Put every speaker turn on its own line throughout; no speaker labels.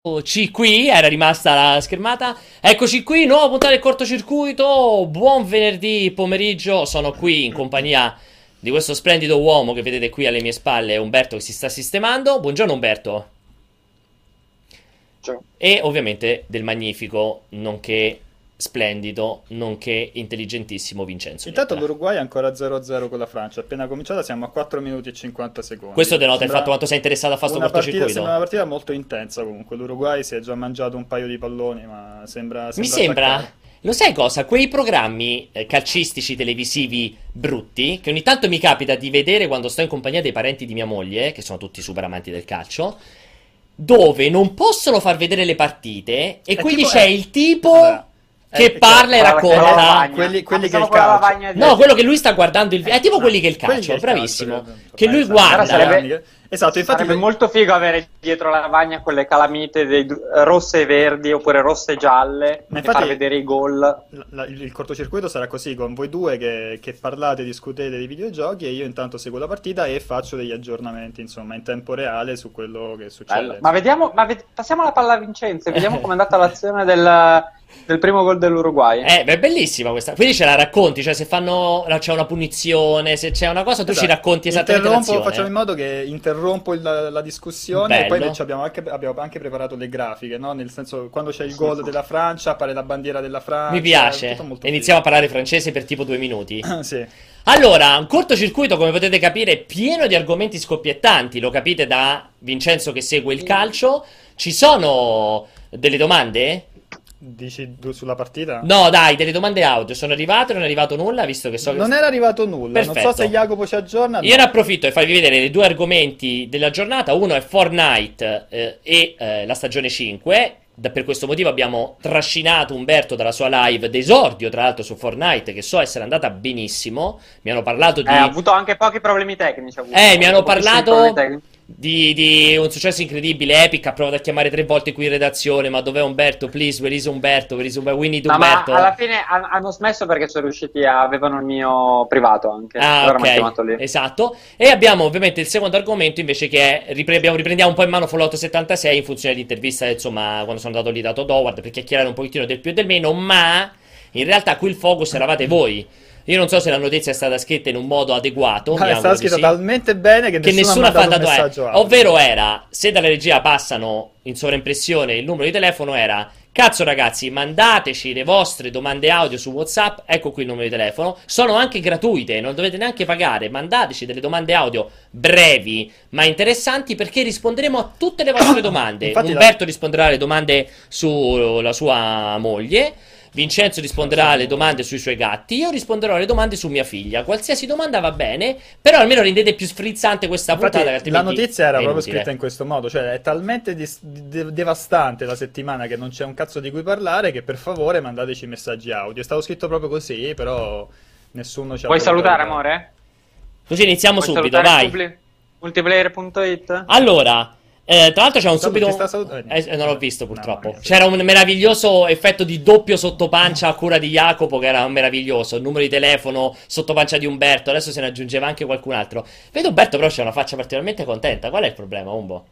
Eccoci qui, era rimasta la schermata. Eccoci qui, nuova puntata del cortocircuito. Buon venerdì pomeriggio. Sono qui in compagnia di questo splendido uomo che vedete qui alle mie spalle, Umberto, che si sta sistemando. Buongiorno Umberto.
Ciao.
E ovviamente del magnifico, nonché splendido, nonché intelligentissimo Vincenzo
Intanto
Nibra.
l'Uruguay è ancora 0-0 con la Francia. Appena cominciata siamo a 4 minuti e 50 secondi.
Questo denota il
Sembra
fatto quanto sei interessato a fare sto
una partita,
cortocircuito.
sembra una partita molto intensa comunque. L'Uruguay si è già mangiato un paio di palloni, ma
Mi sembra,
attaccare.
lo sai cosa? Quei programmi calcistici televisivi brutti, che ogni tanto mi capita di vedere quando sto in compagnia dei parenti di mia moglie, che sono tutti super amanti del calcio, dove non possono far vedere le partite e
È
quindi
tipo-
c'è il tipo
allora,
che parla e
Quella
racconta.
lavagna.
quelli che
Pensavo
il
quella
calcio.
lavagna di-
No, quello che lui sta guardando il video. È tipo quelli che il
Quelli
calcio,
il
bravissimo.
calcio,
Che lui
ormai
guarda.
saranno
Sarebbe-
anni esatto, infatti
Sarebbe molto figo avere dietro la lavagna quelle calamite rosse e verdi oppure rosse e gialle
Ma
e
infatti-
far vedere i gol.
il cortocircuito sarà così, con voi due che parlate, discutete dei videogiochi e io intanto seguo la partita e faccio degli aggiornamenti, insomma, in tempo reale su quello che succede.
Bello. Ma vediamo, passiamo la palla a Vincenzo e vediamo com'è andata l'azione del primo gol dell'Uruguay.
Beh, è bellissima questa. Quindi ce la racconti, cioè se fanno, c'è una punizione, se c'è una cosa, tu ci
Esatto.
racconti esattamente l'azione.
Facciamo in modo che interrompo la discussione
Bello.
e poi invece abbiamo anche preparato le grafiche, no? Nel senso, quando c'è il gol della Francia, appare la bandiera della Francia.
Mi piace.
tutto molto
E iniziamo a parlare francese per tipo 2 minuti.
figo. Sì.
Allora, un cortocircuito, come potete capire, pieno di argomenti scoppiettanti. Lo capite da Vincenzo che segue il calcio. Ci sono delle domande?
Dici tu sulla partita?
No, dai, delle domande audio. Sono arrivate, non è arrivato nulla, visto che so che...
Non era arrivato nulla, non
Perfetto.
so se Jacopo ci aggiorna.
Io ne approfitto per farvi vedere i due argomenti della giornata. Uno è Fortnite la stagione 5. Per questo motivo abbiamo trascinato Umberto dalla sua live d'esordio, tra l'altro su Fortnite, che so essere andata benissimo. Mi hanno parlato di...
Ha avuto anche pochi problemi tecnici.
Mi hanno
Pochissimi
parlato
problemi tecnici.
di un successo incredibile. Epic ha provato a chiamare 3 volte qui in redazione. Ma dov'è Umberto? Please, where is Umberto? Where is Umberto? We need
No, ma
Umberto.
alla fine hanno smesso perché sono riusciti avevano il mio privato anche.
Ah,
Allora mi ha chiamato
ok,
lì.
esatto. E abbiamo ovviamente il secondo argomento invece che è riprendiamo un po' in mano Fallout 76 in funzione dell'intervista, insomma, quando sono andato lì da Todd Howard per chiacchierare un pochettino del più e del meno, ma in realtà qui il focus eravate voi. Io non so se la notizia è stata scritta in un modo adeguato, mi
Ma è
auguro
stata
di
scritta
sì.
talmente bene che nessuno ha
ha
mandato un
mandato
messaggio audio.
ovvero era, se dalla regia passano in sovraimpressione il numero di telefono era: cazzo ragazzi, mandateci le vostre domande audio su WhatsApp, ecco qui il numero di telefono, sono anche gratuite, non dovete neanche pagare, mandateci delle domande audio brevi ma interessanti perché risponderemo a tutte le vostre domande.
Infatti
Umberto risponderà alle domande sulla sua moglie, Vincenzo risponderà alle domande sui suoi gatti, io risponderò alle domande su mia figlia. Qualsiasi domanda va bene, però almeno rendete più frizzante questa
Infatti,
puntata, che
la
altrimenti
notizia era
è
proprio
inutile.
scritta in questo modo, cioè è talmente devastante la settimana che non c'è un cazzo di cui parlare che per favore mandateci messaggi audio. È stato scritto proprio così, però nessuno ci ha
Vuoi
voluto
salutare,
aiutare.
amore?
Così iniziamo
Vuoi
subito,
salutare
vai.
multiplayer.it?
Allora, tra l'altro c'è un
Saluti,
subito...
sta salutando.
non l'ho visto
No,
purtroppo.
mamma mia.
C'era un meraviglioso effetto di doppio sottopancia a cura di Jacopo che era meraviglioso. Il numero di telefono, sottopancia di Umberto. Adesso se ne aggiungeva anche qualcun altro. Vedo Umberto però c'è una faccia particolarmente contenta. Qual è il problema, Umbo?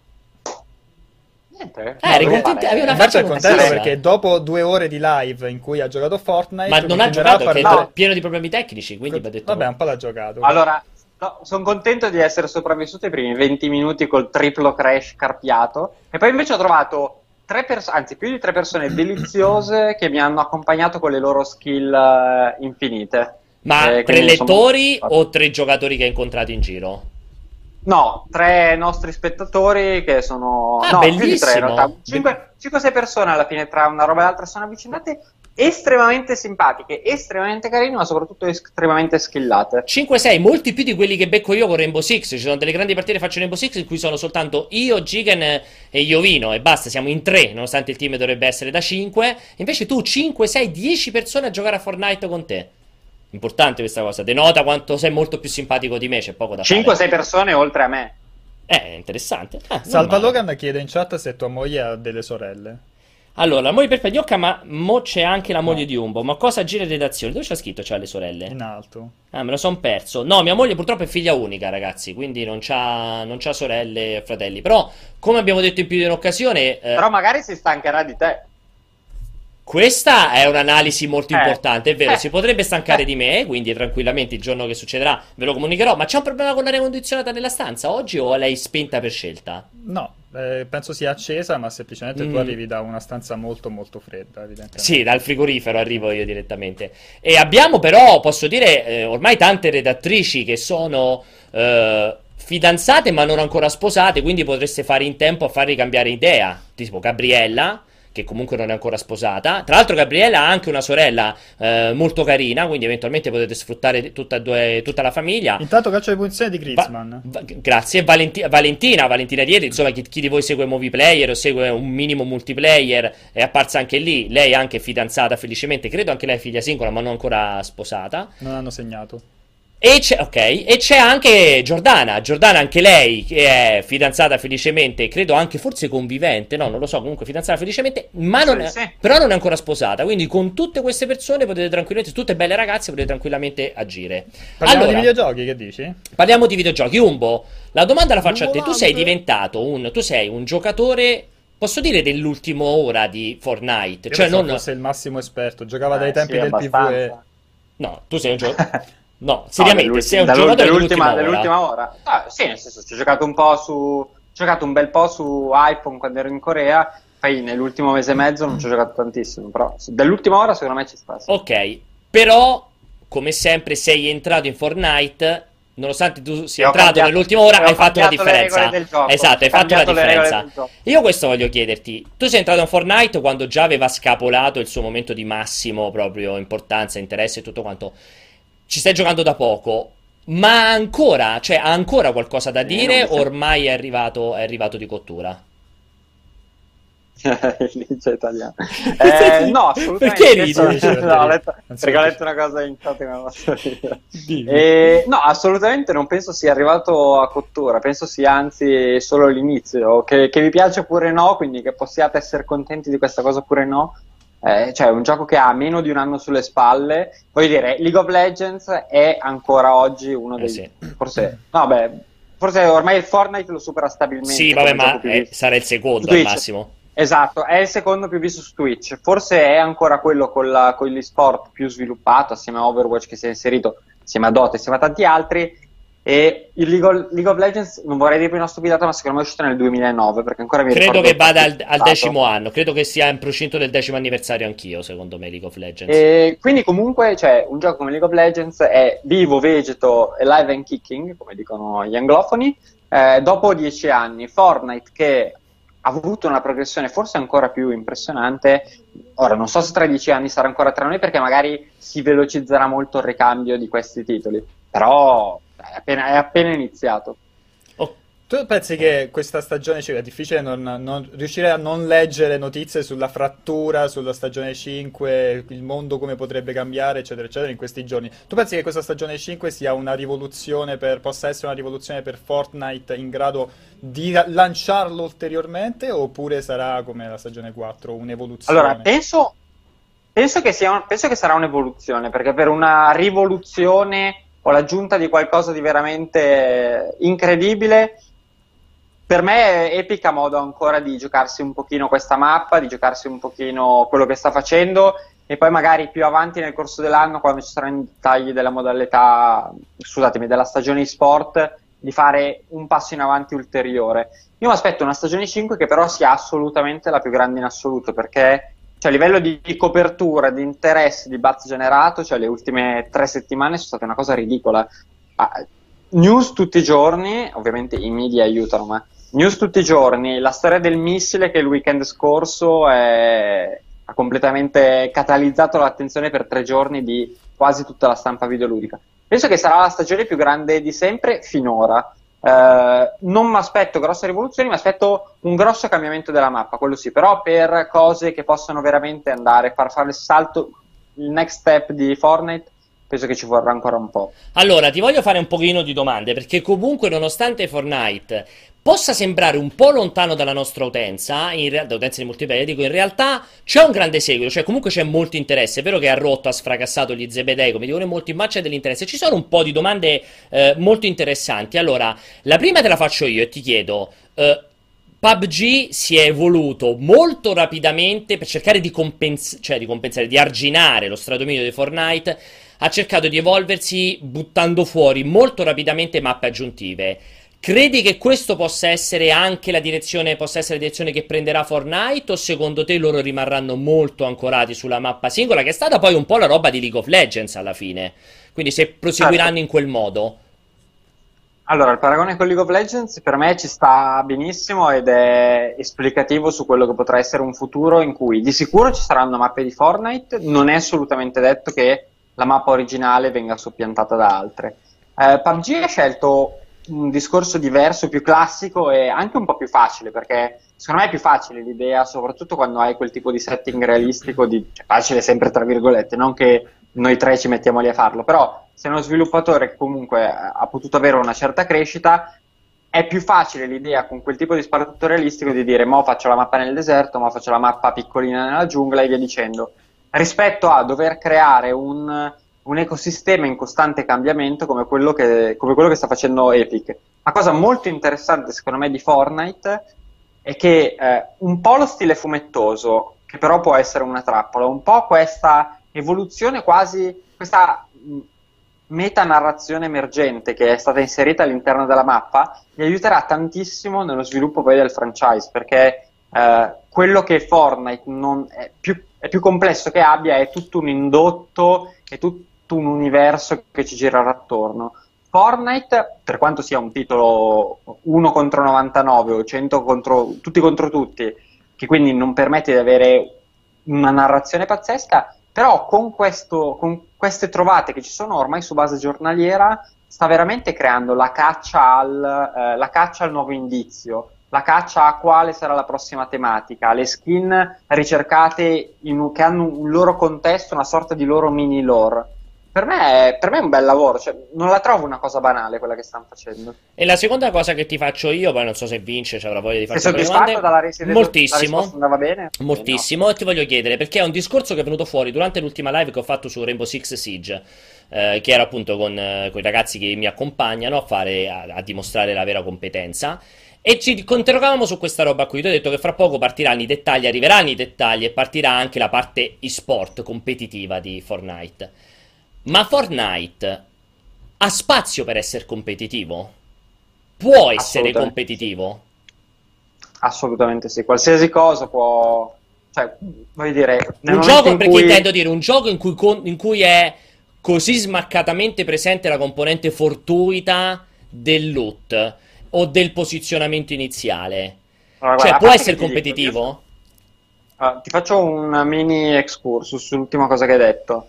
Niente.
eri
devo
contento-
fare-
avevi una
Umberto
faccia
è contento
contenta.
perché dopo 2 ore di live in cui ha giocato Fortnite
Ma non ha
continuerà
giocato,
a
che
fare-
è pieno di problemi tecnici, quindi mi ha detto...
Vabbè, un po' l'ha giocato.
Allora, no, sono contento di essere sopravvissuto i primi 20 minuti col triplo crash carpiato. E poi invece ho trovato anzi più di 3 persone deliziose che mi hanno accompagnato con le loro skill infinite.
Ma 3
quindi sono-
lettori o 3 giocatori che hai incontrato in giro?
No, 3 nostri spettatori che sono...
Ah,
no, più di 3 in
bellissimo.
realtà. 5-6 persone alla fine tra una roba e l'altra sono avvicinate, estremamente simpatiche, estremamente carine, ma soprattutto estremamente skillate.
5-6, molti più di quelli che becco io con Rainbow Six. Ci sono delle grandi partite che faccio in Rainbow Six in cui sono soltanto io, Gigan e Iovino e basta, siamo in 3, nonostante il team dovrebbe essere da 5. Invece tu 5, 6, 10 persone a giocare a Fortnite con te. Importante questa cosa, denota quanto sei molto più simpatico di me, c'è poco da
5-6
fare.
persone oltre a me.
Interessante. Non
Salva
male.
Logan chiede in chat se tua moglie ha delle sorelle.
Allora, la moglie per Gnocca, ma mo c'è anche la moglie
No,
di Umbo. Ma cosa gira in redazione? Dove c'è scritto c'ha le sorelle?
in alto.
Ah, me lo son perso. No, mia moglie purtroppo è figlia unica, ragazzi, quindi non c'ha sorelle e fratelli. Però, come abbiamo detto in più di un'occasione,
Però magari si stancherà di te.
questa è un'analisi molto
Eh,
importante, è vero,
eh,
si potrebbe stancare
eh.
di me, quindi tranquillamente il giorno che succederà ve lo comunicherò. Ma c'è un problema con l'aria condizionata nella stanza oggi o l'hai spenta per scelta?
No, penso sia accesa, ma semplicemente tu
Mm.
arrivi da una stanza molto molto fredda,
Sì,
evidentemente.
dal frigorifero arrivo io direttamente. E abbiamo però, posso dire, ormai tante redattrici che sono fidanzate ma non ancora sposate, quindi potreste fare in tempo a fargli cambiare idea. Tipo Gabriella, che comunque non è ancora sposata. Tra l'altro Gabriella ha anche una sorella molto carina, quindi eventualmente potete sfruttare tutta la famiglia.
Intanto calcio di punizione di Griezmann.
Grazie. Valentina Dietri, insomma, chi di voi segue Movie Player o segue un minimo multiplayer è apparsa anche lì. Lei è anche fidanzata felicemente, credo anche lei è figlia singola, ma non ancora sposata.
Non hanno segnato.
E c'è anche Giordana anche lei che è fidanzata felicemente, credo anche forse convivente, no, non lo so, comunque fidanzata felicemente, ma
Penso
non
di
è,
sì.
però non è ancora sposata, quindi con tutte queste persone potete tranquillamente, tutte belle ragazze, potete tranquillamente agire.
Parliamo di
Allora,
videogiochi, che dici?
parliamo di videogiochi. Umbo, la domanda la faccio a te, tu sei
Volante.
diventato tu sei un giocatore, posso dire dell'ultimo ora di Fortnite,
Io
cioè
pensavo
non,
fosse il massimo esperto, giocava dai tempi
Sì,
del PvE.
abbastanza.
no, tu sei un giocatore, no,
No,
seriamente, sei un giocatore dell'ultima ora.
dell'ultima ora. Ah, sì, nel senso, ci ho giocato un po' ho giocato un bel po' su iPhone quando ero in Corea, poi nell'ultimo mese e mezzo non ci ho giocato tantissimo, però dell'ultima ora secondo me ci sta. Sì.
Ok, però, come sempre, sei entrato in Fortnite, nonostante tu sia
E ho
entrato
cambiato-
nell'ultima ora,
e ho
hai fatto la
cambiato le regole
differenza.
del gioco.
Esatto, hai
Ho
fatto la
cambiato le regole
differenza.
del gioco.
Io questo voglio chiederti. Tu sei entrato in Fortnite quando già aveva scapolato il suo momento di massimo proprio importanza, interesse e tutto quanto. Ci stai giocando da poco, ma ancora, cioè, ha ancora qualcosa da
Non
dire
mi
o
sembra.
ormai è arrivato di cottura?
L'inizio italiano. No, assolutamente.
Perché ridi?
No, ho letto,
Non so
perché ho
perché.
letto una cosa in chat che mi ha fatto ridere.
Dimmi.
No, assolutamente non penso sia arrivato a cottura, penso sia anzi solo l'inizio, che vi piace oppure no, quindi che possiate essere contenti di questa cosa oppure no. Cioè, è un gioco che ha meno di un anno sulle spalle. Voglio dire, League of Legends è ancora oggi uno dei...
Sì.
Forse ormai il Fortnite lo supera stabilmente
Sì, vabbè,
come gioco
ma
più visto.
sarà il
Su
secondo al
Twitch.
massimo.
Esatto, è il secondo più visto su Twitch. Forse è ancora quello con gli sport più sviluppato, assieme a Overwatch che si è inserito, assieme a Dota, assieme a tanti altri. E il League of Legends, non vorrei dirvi una stupidata, ma secondo me è uscito nel 2009, perché ancora mi
Credo
ricordo
che vada al
passato.
10° anno. Credo che sia in procinto del 10° anniversario anch'io, secondo me, League of Legends.
E quindi comunque, cioè, un gioco come League of Legends è vivo, vegeto, alive and kicking, come dicono gli anglofoni. Dopo 10 anni, Fortnite che ha avuto una progressione forse ancora più impressionante. Ora, non so se tra 10 anni sarà ancora tra noi, perché magari si velocizzerà molto il ricambio di questi titoli, però è appena iniziato.
Oh,
Tu pensi che questa stagione, cioè, è difficile non riuscire a non leggere notizie sulla frattura, sulla stagione 5, il mondo come potrebbe cambiare, eccetera, eccetera, in questi giorni? Tu pensi che questa stagione 5 sia una rivoluzione possa essere una rivoluzione per Fortnite in grado di lanciarlo ulteriormente, oppure sarà come la stagione 4, un'evoluzione?
Allora, penso che sarà un'evoluzione, perché per una rivoluzione o l'aggiunta di qualcosa di veramente incredibile, per me Epic ha modo ancora di giocarsi un pochino questa mappa, di giocarsi un pochino quello che sta facendo, e poi magari più avanti nel corso dell'anno, quando ci saranno i tagli della modalità, scusatemi, della stagione e-sport, di fare un passo in avanti ulteriore. Io mi aspetto una stagione 5 che però sia assolutamente la più grande in assoluto, perché cioè, a livello di copertura, di interesse, di buzz generato, cioè le ultime 3 settimane sono state una cosa ridicola. News tutti i giorni, ovviamente i media aiutano, ma news tutti i giorni, la storia del missile che il weekend scorso ha completamente catalizzato l'attenzione per 3 giorni di quasi tutta la stampa videoludica. Penso che sarà la stagione più grande di sempre finora. Non mi aspetto grosse rivoluzioni, mi aspetto un grosso cambiamento della mappa, quello sì, però per cose che possono veramente andare, far fare il salto, il next step di Fortnite, penso che ci vorrà ancora un po'.
Allora, ti voglio fare un pochino di domande, perché comunque nonostante Fortnite possa sembrare un po' lontano dalla nostra utenza, dall'utenza di multiplayer, dico in realtà c'è un grande seguito, cioè comunque c'è molto interesse. È vero che ha rotto, ha sfracassato gli Zebedei, come dicono in molti, ma c'è dell'interesse. Ci sono un po' di domande molto interessanti. Allora, la prima te la faccio io e ti chiedo, PUBG si è evoluto molto rapidamente per cercare di compensare, di arginare lo stradominio di Fortnite. Ha cercato di evolversi buttando fuori molto rapidamente mappe aggiuntive. Credi che questo possa essere anche la direzione che prenderà Fortnite, o secondo te loro rimarranno molto ancorati sulla mappa singola, che è stata poi un po' la roba di League of Legends alla fine? Quindi se proseguiranno in quel modo.
Allora, il paragone con League of Legends per me ci sta benissimo ed è esplicativo su quello che potrà essere un futuro in cui di sicuro ci saranno mappe di Fortnite, non è assolutamente detto che la mappa originale venga soppiantata da altre. PUBG ha scelto un discorso diverso, più classico e anche un po' più facile, perché secondo me è più facile l'idea, soprattutto quando hai quel tipo di setting realistico, cioè facile sempre tra virgolette, non che noi tre ci mettiamo lì a farlo, però se uno sviluppatore che comunque ha potuto avere una certa crescita, è più facile l'idea con quel tipo di sparatutto realistico di dire mo faccio la mappa nel deserto, mo faccio la mappa piccolina nella giungla e via dicendo, rispetto a dover creare un ecosistema in costante cambiamento come quello che sta facendo Epic. La cosa molto interessante secondo me di Fortnite è che un po' lo stile fumettoso, che però può essere una trappola, un po' questa evoluzione quasi, questa metanarrazione emergente che è stata inserita all'interno della mappa, gli aiuterà tantissimo nello sviluppo poi del franchise, perché quello che Fortnite è più complesso che abbia è tutto un indotto, è tutto un universo che ci girerà attorno. Fortnite, per quanto sia un titolo 1 contro 99 o 100 contro tutti, che quindi non permette di avere una narrazione pazzesca, però con queste trovate che ci sono ormai su base giornaliera sta veramente creando la caccia al nuovo indizio, la caccia a quale sarà la prossima tematica, le skin ricercate che hanno un loro contesto, una sorta di loro mini lore. Per me è un bel lavoro, cioè, non la trovo una cosa banale quella che stanno facendo.
E la seconda cosa che ti faccio io, poi non so se vince, cioè avrà voglia di farti
sei
delle
soddisfatto
domande.
dalla Resident
Moltissimo.
La risposta andava bene?
Moltissimo, e ti voglio chiedere, perché è un discorso che è venuto fuori durante l'ultima live che ho fatto su Rainbow Six Siege, che era appunto con i ragazzi che mi accompagnano a dimostrare la vera competenza. E ci interrogavamo su questa roba qui. Tu hai detto che fra poco partiranno i dettagli, arriveranno i dettagli e partirà anche la parte e-sport competitiva di Fortnite. Ma Fortnite ha spazio per essere competitivo? Può essere competitivo?
Assolutamente sì, qualsiasi cosa può, cioè, voglio dire,
un gioco, perché intendo dire, un gioco in cui è così smaccatamente presente la componente fortuita del loot o del posizionamento iniziale. Allora, cioè, può essere competitivo?
Ti faccio un mini excursus sull'ultima cosa che hai detto.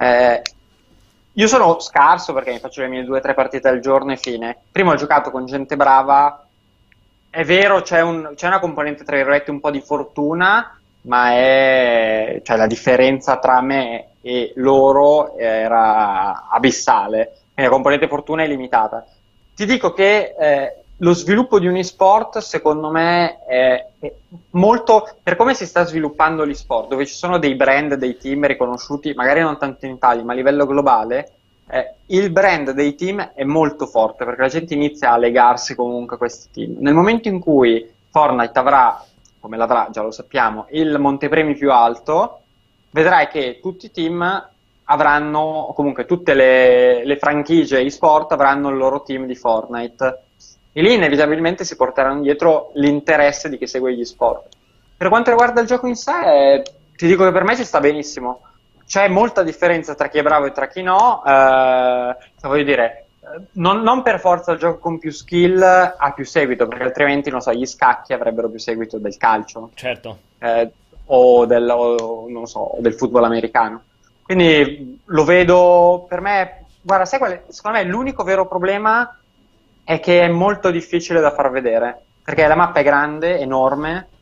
Io sono scarso perché mi faccio le mie 2 o 3 partite al giorno e fine. Prima ho giocato con gente brava. È vero, c'è una componente, tra virgolette, un po' di fortuna, ma cioè, la differenza tra me e loro era abissale. Quindi la componente fortuna è limitata. Ti dico che lo sviluppo di un e-sport, secondo me, è molto, per come si sta sviluppando l'e-sport, dove ci sono dei brand, dei team riconosciuti, magari non tanto in Italia, ma a livello globale, il brand dei team è molto forte, perché la gente inizia a legarsi comunque a questi team. Nel momento in cui Fortnite avrà, come l'avrà, già lo sappiamo, il montepremi più alto, vedrai che tutti i team avranno, o comunque tutte le franchigie e-sport avranno il loro team di Fortnite. E lì inevitabilmente si porteranno dietro l'interesse di chi segue gli sport. Per quanto riguarda il gioco in sé, ti dico che per me ci sta benissimo. C'è molta differenza tra chi è bravo e tra chi no. Voglio dire, non per forza il gioco con più skill ha più seguito, perché altrimenti, non so, gli scacchi avrebbero più seguito del calcio.
Certo.
O non so, del football americano. Quindi lo vedo, per me, guarda, sai secondo me l'unico vero problema è che è molto difficile da far vedere, perché la mappa è grande, enorme,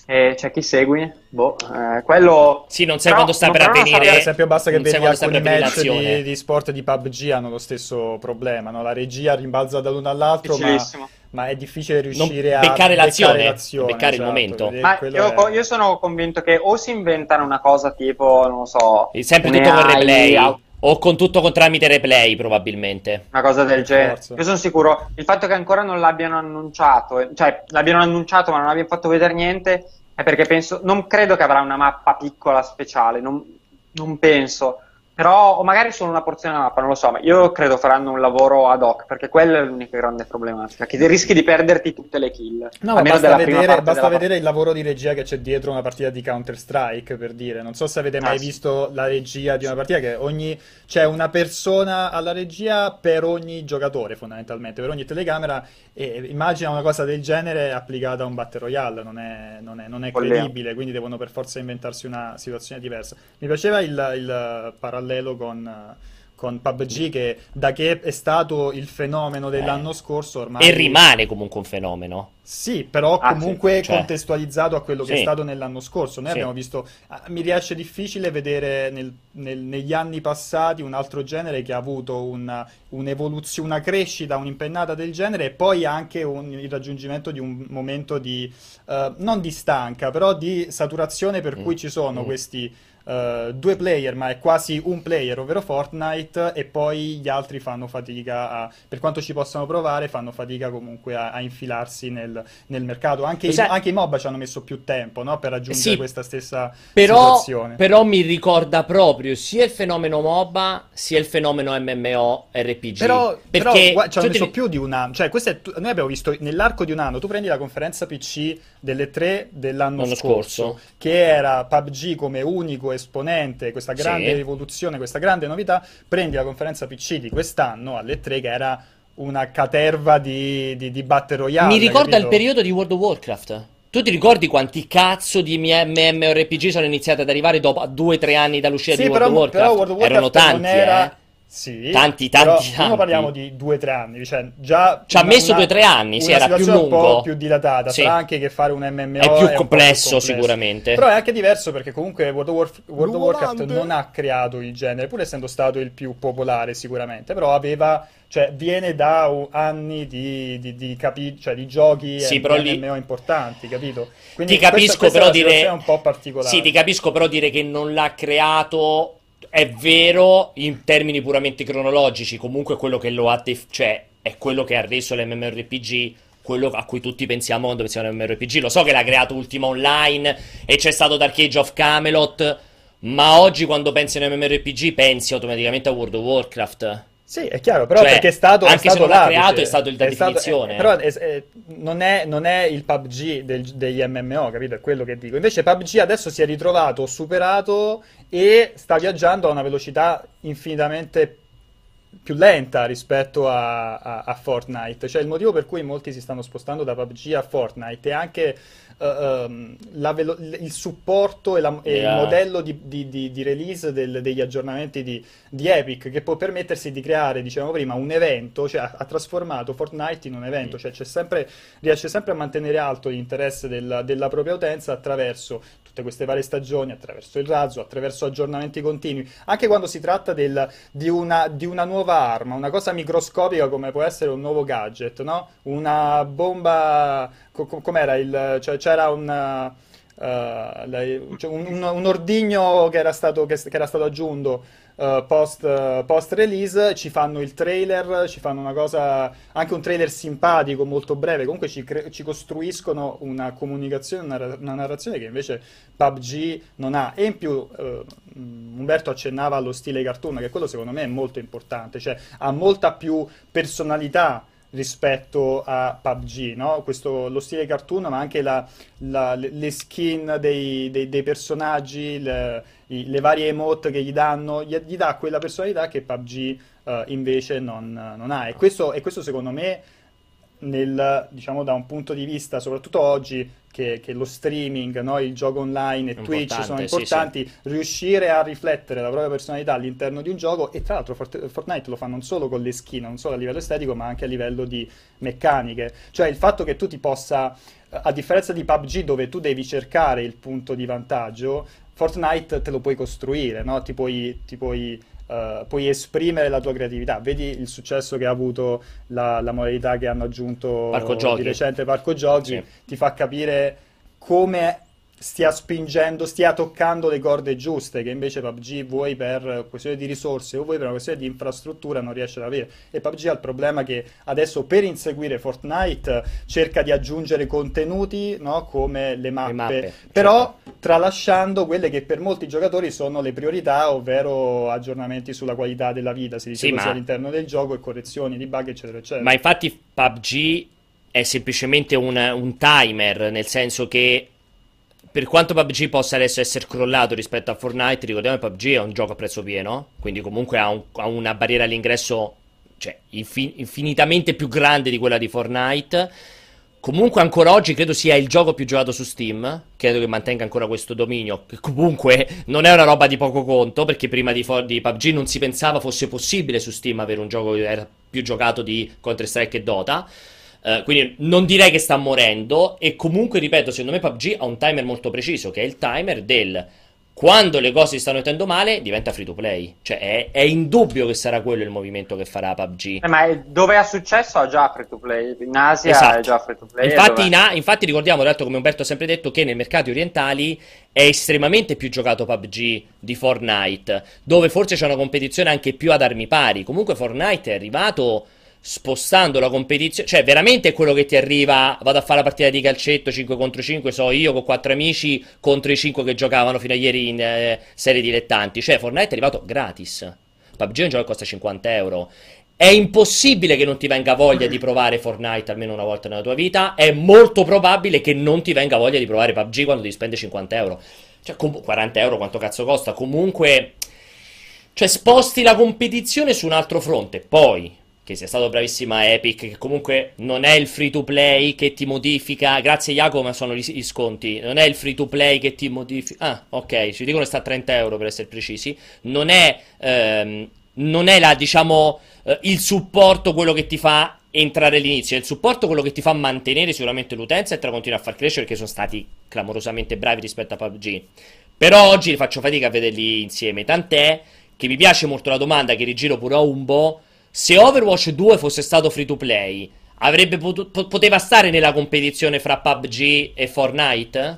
C'è chi segui? Boh, quello...
Sì, non sai
Però,
quando sta per
però non
avvenire.
Per esempio, basta che
Non sai
vedi
quando sta
alcuni
per
match
l'azione.
di sport di PUBG hanno lo stesso problema, no? La regia rimbalza dall'uno all'altro,
Difficilissimo.
ma è difficile
Non
riuscire a
beccare
beccare
l'azione,
l'azione,
beccare il
esatto.
momento.
Vedere-
Ma
quello
io
è...
sono convinto che o si inventano una cosa tipo, non lo so,
E sempre
un
tutto con
AI,
replay. O con tutto con tramite replay, probabilmente.
una cosa del
Per
genere.
forza.
Io sono sicuro, il fatto che ancora non l'abbiano annunciato, cioè l'abbiano annunciato ma non abbiano fatto vedere niente, è perché penso, non credo che avrà una mappa piccola speciale, non penso. Però, o magari solo una porzione della mappa, non lo so, ma io credo faranno un lavoro ad hoc, perché quella è l'unica grande problematica, che rischi di perderti tutte le kill,
No, ma
almeno
basta
della prima
vedere,
parte
basta
della
vedere il lavoro di regia che c'è dietro una partita di Counter-Strike, per dire. Non so se avete mai
Sì.
visto la regia di una partita, che c'è una persona alla regia per ogni giocatore, fondamentalmente, per ogni telecamera, e immagina una cosa del genere applicata a un Battle Royale, non è
Follia.
credibile, quindi devono per forza inventarsi una situazione diversa. Mi piaceva il parallelo con PUBG, che da che è stato il fenomeno dell'anno scorso,
E
ormai
rimane comunque un fenomeno.
sì, però
Ah, sì.
comunque
Cioè,
contestualizzato a quello che è
sì,
stato nell'anno scorso. Noi
sì.
abbiamo visto, mi riesce difficile vedere negli anni passati un altro genere che ha avuto un'evoluzione, una crescita, un'impennata del genere e poi anche il raggiungimento di un momento di, non di stanca, però di saturazione per
Mm,
cui ci sono
mm.
questi due player, ma è quasi un player, ovvero Fortnite, e poi gli altri fanno fatica per quanto ci possano provare, fanno fatica comunque a infilarsi nel mercato. Anche
Lo sai,
anche i MOBA ci hanno messo più tempo, no, per raggiungere
sì,
questa stessa
però,
situazione.
però mi ricorda proprio sia il fenomeno MOBA sia il fenomeno MMORPG.
Però
Perché
ci hanno
tu
messo
ti...
più di un anno, cioè noi abbiamo visto nell'arco di un anno, tu prendi la conferenza PC delle 3 dell'anno
L'anno
scorso,
scorso,
che era PUBG come unico esponente, questa grande
sì.
rivoluzione, questa grande novità, prendi la conferenza PC di quest'anno alle 3 che era una caterva di Battle
Mi
Royale,
ricorda il
capito?
periodo di World of Warcraft. Tu ti ricordi quanti cazzo di MMORPG sono iniziati ad arrivare dopo 2 o 3 anni dall'uscita di
Sì,
World of
però
Warcraft?
World of
Erano
Warcraft non
tanti,
era...
eh?
Sì,
Tanti, tanti,
però non parliamo
tanti.
di 2 o 3 anni, cioè già
Ci ha messo 2 o 3 anni, sì,
una
era più
situazione un po' più
lungo.
dilatata, sarà
Sì,
anche che fare un
è
MMO
più
è un po' più
complesso
complesso. Però
sicuramente.
è anche diverso perché comunque World of Warcraft
Volante.
non ha creato il genere, pur essendo stato il più popolare sicuramente, però cioè viene da anni cioè di giochi
Sì,
e
però
di
lì
MMO importanti, capito?
ti
Quindi
capisco
questa è
però
una situazione
dire
un po'
sì,
particolare.
ti capisco però dire che non l'ha creato è vero in termini puramente cronologici, comunque quello che lo ha cioè è quello che ha reso l'MMORPG quello a cui tutti pensiamo quando pensiamo all'MMORPG. Lo so che l'ha creato Ultima Online e c'è stato Dark Age of Camelot, ma oggi quando pensi a un MMORPG pensi automaticamente a World of Warcraft.
Sì, è chiaro, però
Cioè,
perché è
anche se
stato
non l'ha
l'apice,
creato, è stato la definizione.
però non è il PUBG degli MMO, capito? È quello che dico. Invece PUBG adesso si è ritrovato superato e sta viaggiando a una velocità infinitamente più lenta rispetto a Fortnite. Cioè il motivo per cui molti si stanno spostando da PUBG a Fortnite è anche il supporto e il
Yeah.
modello di release degli aggiornamenti di Epic, che può permettersi di creare, dicevamo prima, un evento, cioè ha trasformato Fortnite in un evento, cioè riesce sempre a mantenere alto l'interesse della propria utenza attraverso tutte queste varie stagioni, attraverso il razzo, attraverso aggiornamenti continui, anche quando si tratta di una nuova arma, una cosa microscopica come può essere un nuovo gadget, no? Una bomba, com'era cioè c'era un ordigno che era stato aggiunto post release, ci fanno il trailer, ci fanno una cosa, anche un trailer simpatico, molto breve, comunque ci costruiscono una comunicazione, una narrazione che invece PUBG non ha. E in più Umberto accennava allo stile cartoon, che quello secondo me è molto importante, cioè ha molta più personalità rispetto a PUBG, no? Lo stile cartoon, ma anche le skin dei personaggi, le varie emote che gli danno, gli dà quella personalità che PUBG invece non ha. E questo secondo me diciamo, da un punto di vista, soprattutto oggi, che lo streaming, no, il gioco online e Twitch sono importanti, sì. Riuscire a riflettere la propria personalità all'interno di un gioco, e tra l'altro Fortnite lo fa non solo con le skin, non solo a livello estetico, ma anche a livello di meccaniche. Cioè il fatto che tu ti possa, a differenza di PUBG dove tu devi cercare il punto di vantaggio, Fortnite te lo puoi costruire, no? Puoi esprimere la tua creatività. Vedi il successo che ha avuto la modalità che hanno aggiunto di recente, Parco Giochi, sì. Ti fa capire come stia spingendo, stia toccando le corde giuste, che invece PUBG, vuoi per questione di risorse o vuoi per una questione di infrastruttura, non riesce ad avere. E PUBG ha il problema che adesso, per inseguire Fortnite, cerca di aggiungere contenuti, no, come le mappe. Però certo, tralasciando quelle che per molti giocatori sono le priorità, ovvero aggiornamenti sulla qualità della vita, si dice così, all'interno del gioco, e correzioni di bug, eccetera, eccetera.
Ma infatti PUBG è semplicemente un timer, nel senso che per quanto PUBG possa adesso essere crollato rispetto a Fortnite, ricordiamo che PUBG è un gioco a prezzo pieno, quindi comunque ha una barriera all'ingresso, cioè, infinitamente più grande di quella di Fortnite. Comunque ancora oggi credo sia il gioco più giocato su Steam, credo che mantenga ancora questo dominio, che comunque non è una roba di poco conto, perché prima di PUBG non si pensava fosse possibile su Steam avere un gioco che era più giocato di Counter-Strike e Dota. Quindi non direi che sta morendo. E comunque, ripeto, secondo me PUBG ha un timer molto preciso, che è il timer del quando le cose si stanno mettendo male diventa free to play. Cioè è indubbio che sarà quello il movimento che farà PUBG.
Ma dove ha successo ha già free to play. In Asia esatto, è già free to play.
Infatti ricordiamo, tra l'altro, come Umberto ha sempre detto, che nei mercati orientali è estremamente più giocato PUBG di Fortnite, dove forse c'è una competizione anche più ad armi pari. Comunque Fortnite è arrivato spostando la competizione, cioè veramente è quello che ti arriva, vado a fare la partita di calcetto 5 contro 5, so io con 4 amici contro i 5 che giocavano fino a ieri in serie dilettanti. Cioè Fortnite è arrivato gratis. PUBG è un gioco che costa 50 euro. È impossibile che non ti venga voglia di provare Fortnite almeno una volta nella tua vita. È molto probabile che non ti venga voglia di provare PUBG quando devi spendere 50 euro. Cioè 40 euro quanto cazzo costa. Comunque, cioè sposti la competizione su un altro fronte. Poi che sia stato bravissima Epic, che comunque non è il free to play che ti modifica. Grazie Jacopo, ma sono gli sconti. Non è il free to play che ti modifica. Ah, ok, ci dicono che sta a 30 euro per essere precisi. Non è la, diciamo, il supporto quello che ti fa entrare all'inizio. È il supporto quello che ti fa mantenere sicuramente l'utenza e te la continua a far crescere, perché sono stati clamorosamente bravi rispetto a PUBG. Però oggi faccio fatica a vederli insieme. Tant'è che mi piace molto la domanda che rigiro pure a Umbo. Se Overwatch 2 fosse stato free to play, poteva stare nella competizione fra PUBG e Fortnite?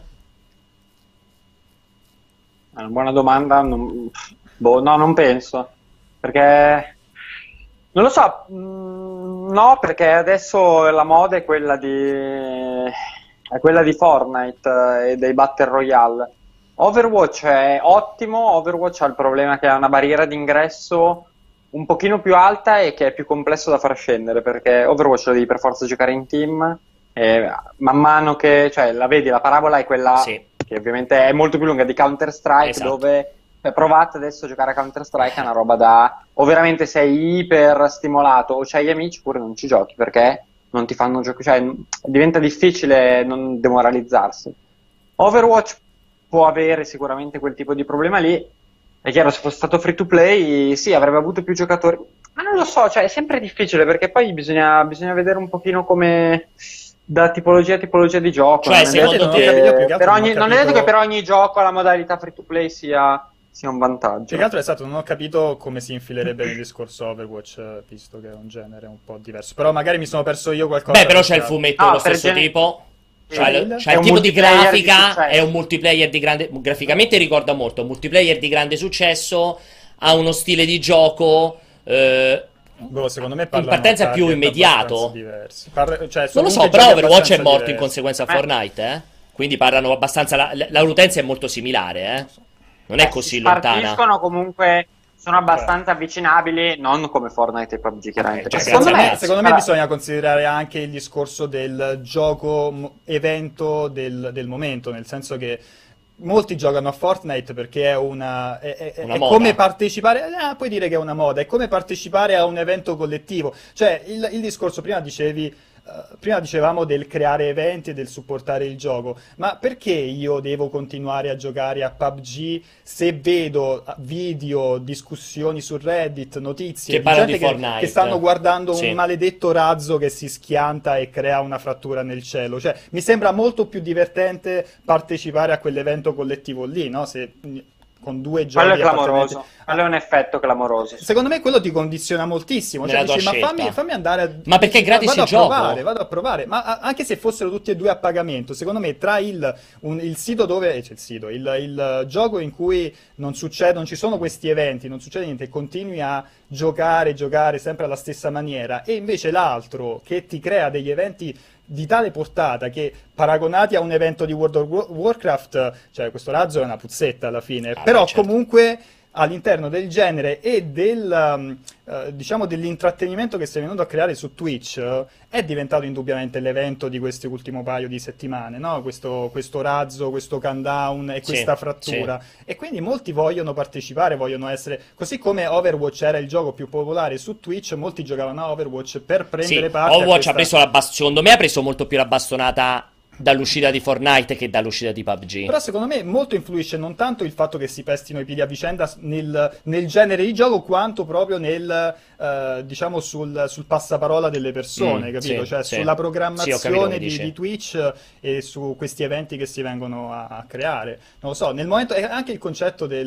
È una buona domanda. No, non penso. Perché non lo so. No, perché adesso la moda è quella di Fortnite e dei Battle Royale. Overwatch è ottimo. Overwatch ha il problema che ha una barriera d'ingresso un pochino più alta e che è più complesso da far scendere, perché Overwatch lo devi per forza giocare in team, e man mano che, cioè, la vedi, la parabola è quella che ovviamente è molto più lunga di Counter-Strike, esatto, dove provate adesso a giocare a Counter-Strike, è una roba da, o veramente sei iper stimolato o c'hai gli amici, oppure non ci giochi perché non ti fanno giocare, cioè diventa difficile non demoralizzarsi. Overwatch può avere sicuramente quel tipo di problema lì. È chiaro, se fosse stato free to play, sì, avrebbe avuto più giocatori. Ma non lo so, cioè è sempre difficile, perché poi bisogna vedere un pochino come da tipologia a tipologia di gioco.
Cioè, secondo te,
non è detto che per ogni gioco la modalità free to play sia un vantaggio.
Più che altro è stato, non ho capito come si infilerebbe nel discorso Overwatch, visto che è un genere un po' diverso. Però magari mi sono perso io qualcosa.
Beh, però c'è il fumetto dello stesso tipo. C'è il tipo di grafica, è un multiplayer di grande, graficamente ricorda molto, un multiplayer di grande successo, ha uno stile di gioco
secondo me
in partenza più immediato.
Cioè,
non lo so, però Overwatch è morto in conseguenza a Fortnite, quindi parlano abbastanza, l'utenza è molto similare, non è così lontana.
Comunque sono abbastanza avvicinabili, non come Fortnite e PUBG, chiaramente.
Cioè, secondo me bisogna considerare anche il discorso del gioco evento del momento, nel senso che molti giocano a Fortnite perché è è come partecipare, puoi dire che è una moda, è come partecipare a un evento collettivo. Cioè il discorso, prima dicevi prima dicevamo del creare eventi e del supportare il gioco, ma perché io devo continuare a giocare a PUBG se vedo video, discussioni su Reddit, notizie
Che
di
parlano
gente
di Fortnite.
che stanno guardando
Sì.
un maledetto razzo che si schianta e crea una frattura nel cielo? Cioè, mi sembra molto più divertente partecipare a quell'evento collettivo lì, no? Se con due giochi
Quello è
appartenenti.
clamoroso. Quello è un effetto clamoroso.
Secondo me quello ti condiziona moltissimo. Cioè,
Nella tua
dici, ma
scelta.
fammi andare a...
Ma perché è gratis
vado
il
a
gioco?
Vado a provare. Ma anche se fossero tutti e due a pagamento, secondo me tra il sito dove... Cioè il gioco in cui non ci sono questi eventi, non succede niente, e continui a giocare sempre alla stessa maniera, e invece l'altro che ti crea degli eventi di tale portata che, paragonati a un evento di World of Warcraft, cioè questo razzo è una puzzetta alla fine, però
beh, certo.
comunque all'interno del genere e diciamo dell'intrattenimento che si è venuto a creare su Twitch, è diventato indubbiamente l'evento di questi ultimi paio di settimane, no? Questo razzo, questo countdown e
Sì,
questa frattura, e quindi molti vogliono partecipare, vogliono essere, così come Overwatch era il gioco più popolare su Twitch, molti giocavano a Overwatch per prendere
Sì,
parte
Overwatch
a
ha preso secondo me ha preso molto più la bastonata dall'uscita di Fortnite che dall'uscita di PUBG.
Però secondo me molto influisce non tanto il fatto che si pestino i piedi a vicenda nel genere di gioco, quanto proprio diciamo sul passaparola delle persone, capito?
Sì,
cioè
sì.
sulla
Sì, ho
programmazione
capito che dici.
di Twitch e su questi eventi che si vengono a creare. Non lo so, nel momento, e anche il concetto di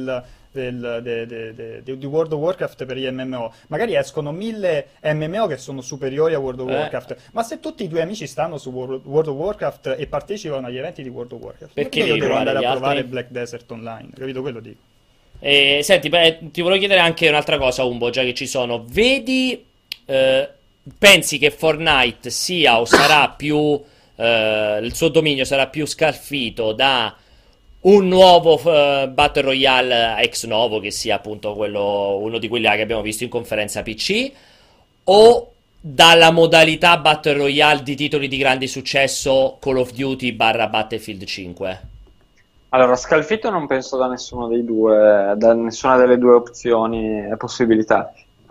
World of Warcraft per gli MMO, magari escono 1000 MMO che sono superiori a World of Warcraft, ma se tutti i tuoi amici stanno su World of Warcraft e partecipano agli eventi di World of Warcraft,
Perché
io
devi
devo
provare
andare
gli
a provare
altri?
Black Desert Online, capito? Quello dico.
Senti, ti volevo chiedere anche un'altra cosa, Umbo, già che ci sono. Pensi che Fortnite sia o sarà più, il suo dominio sarà più scalfito da un nuovo Battle Royale ex novo, che sia appunto uno di quelli che abbiamo visto in conferenza PC, o dalla modalità Battle Royale di titoli di grande successo Call of Duty / Battlefield 5?
Allora, scalfitto non penso da nessuno dei due, da nessuna delle due opzioni e possibilità.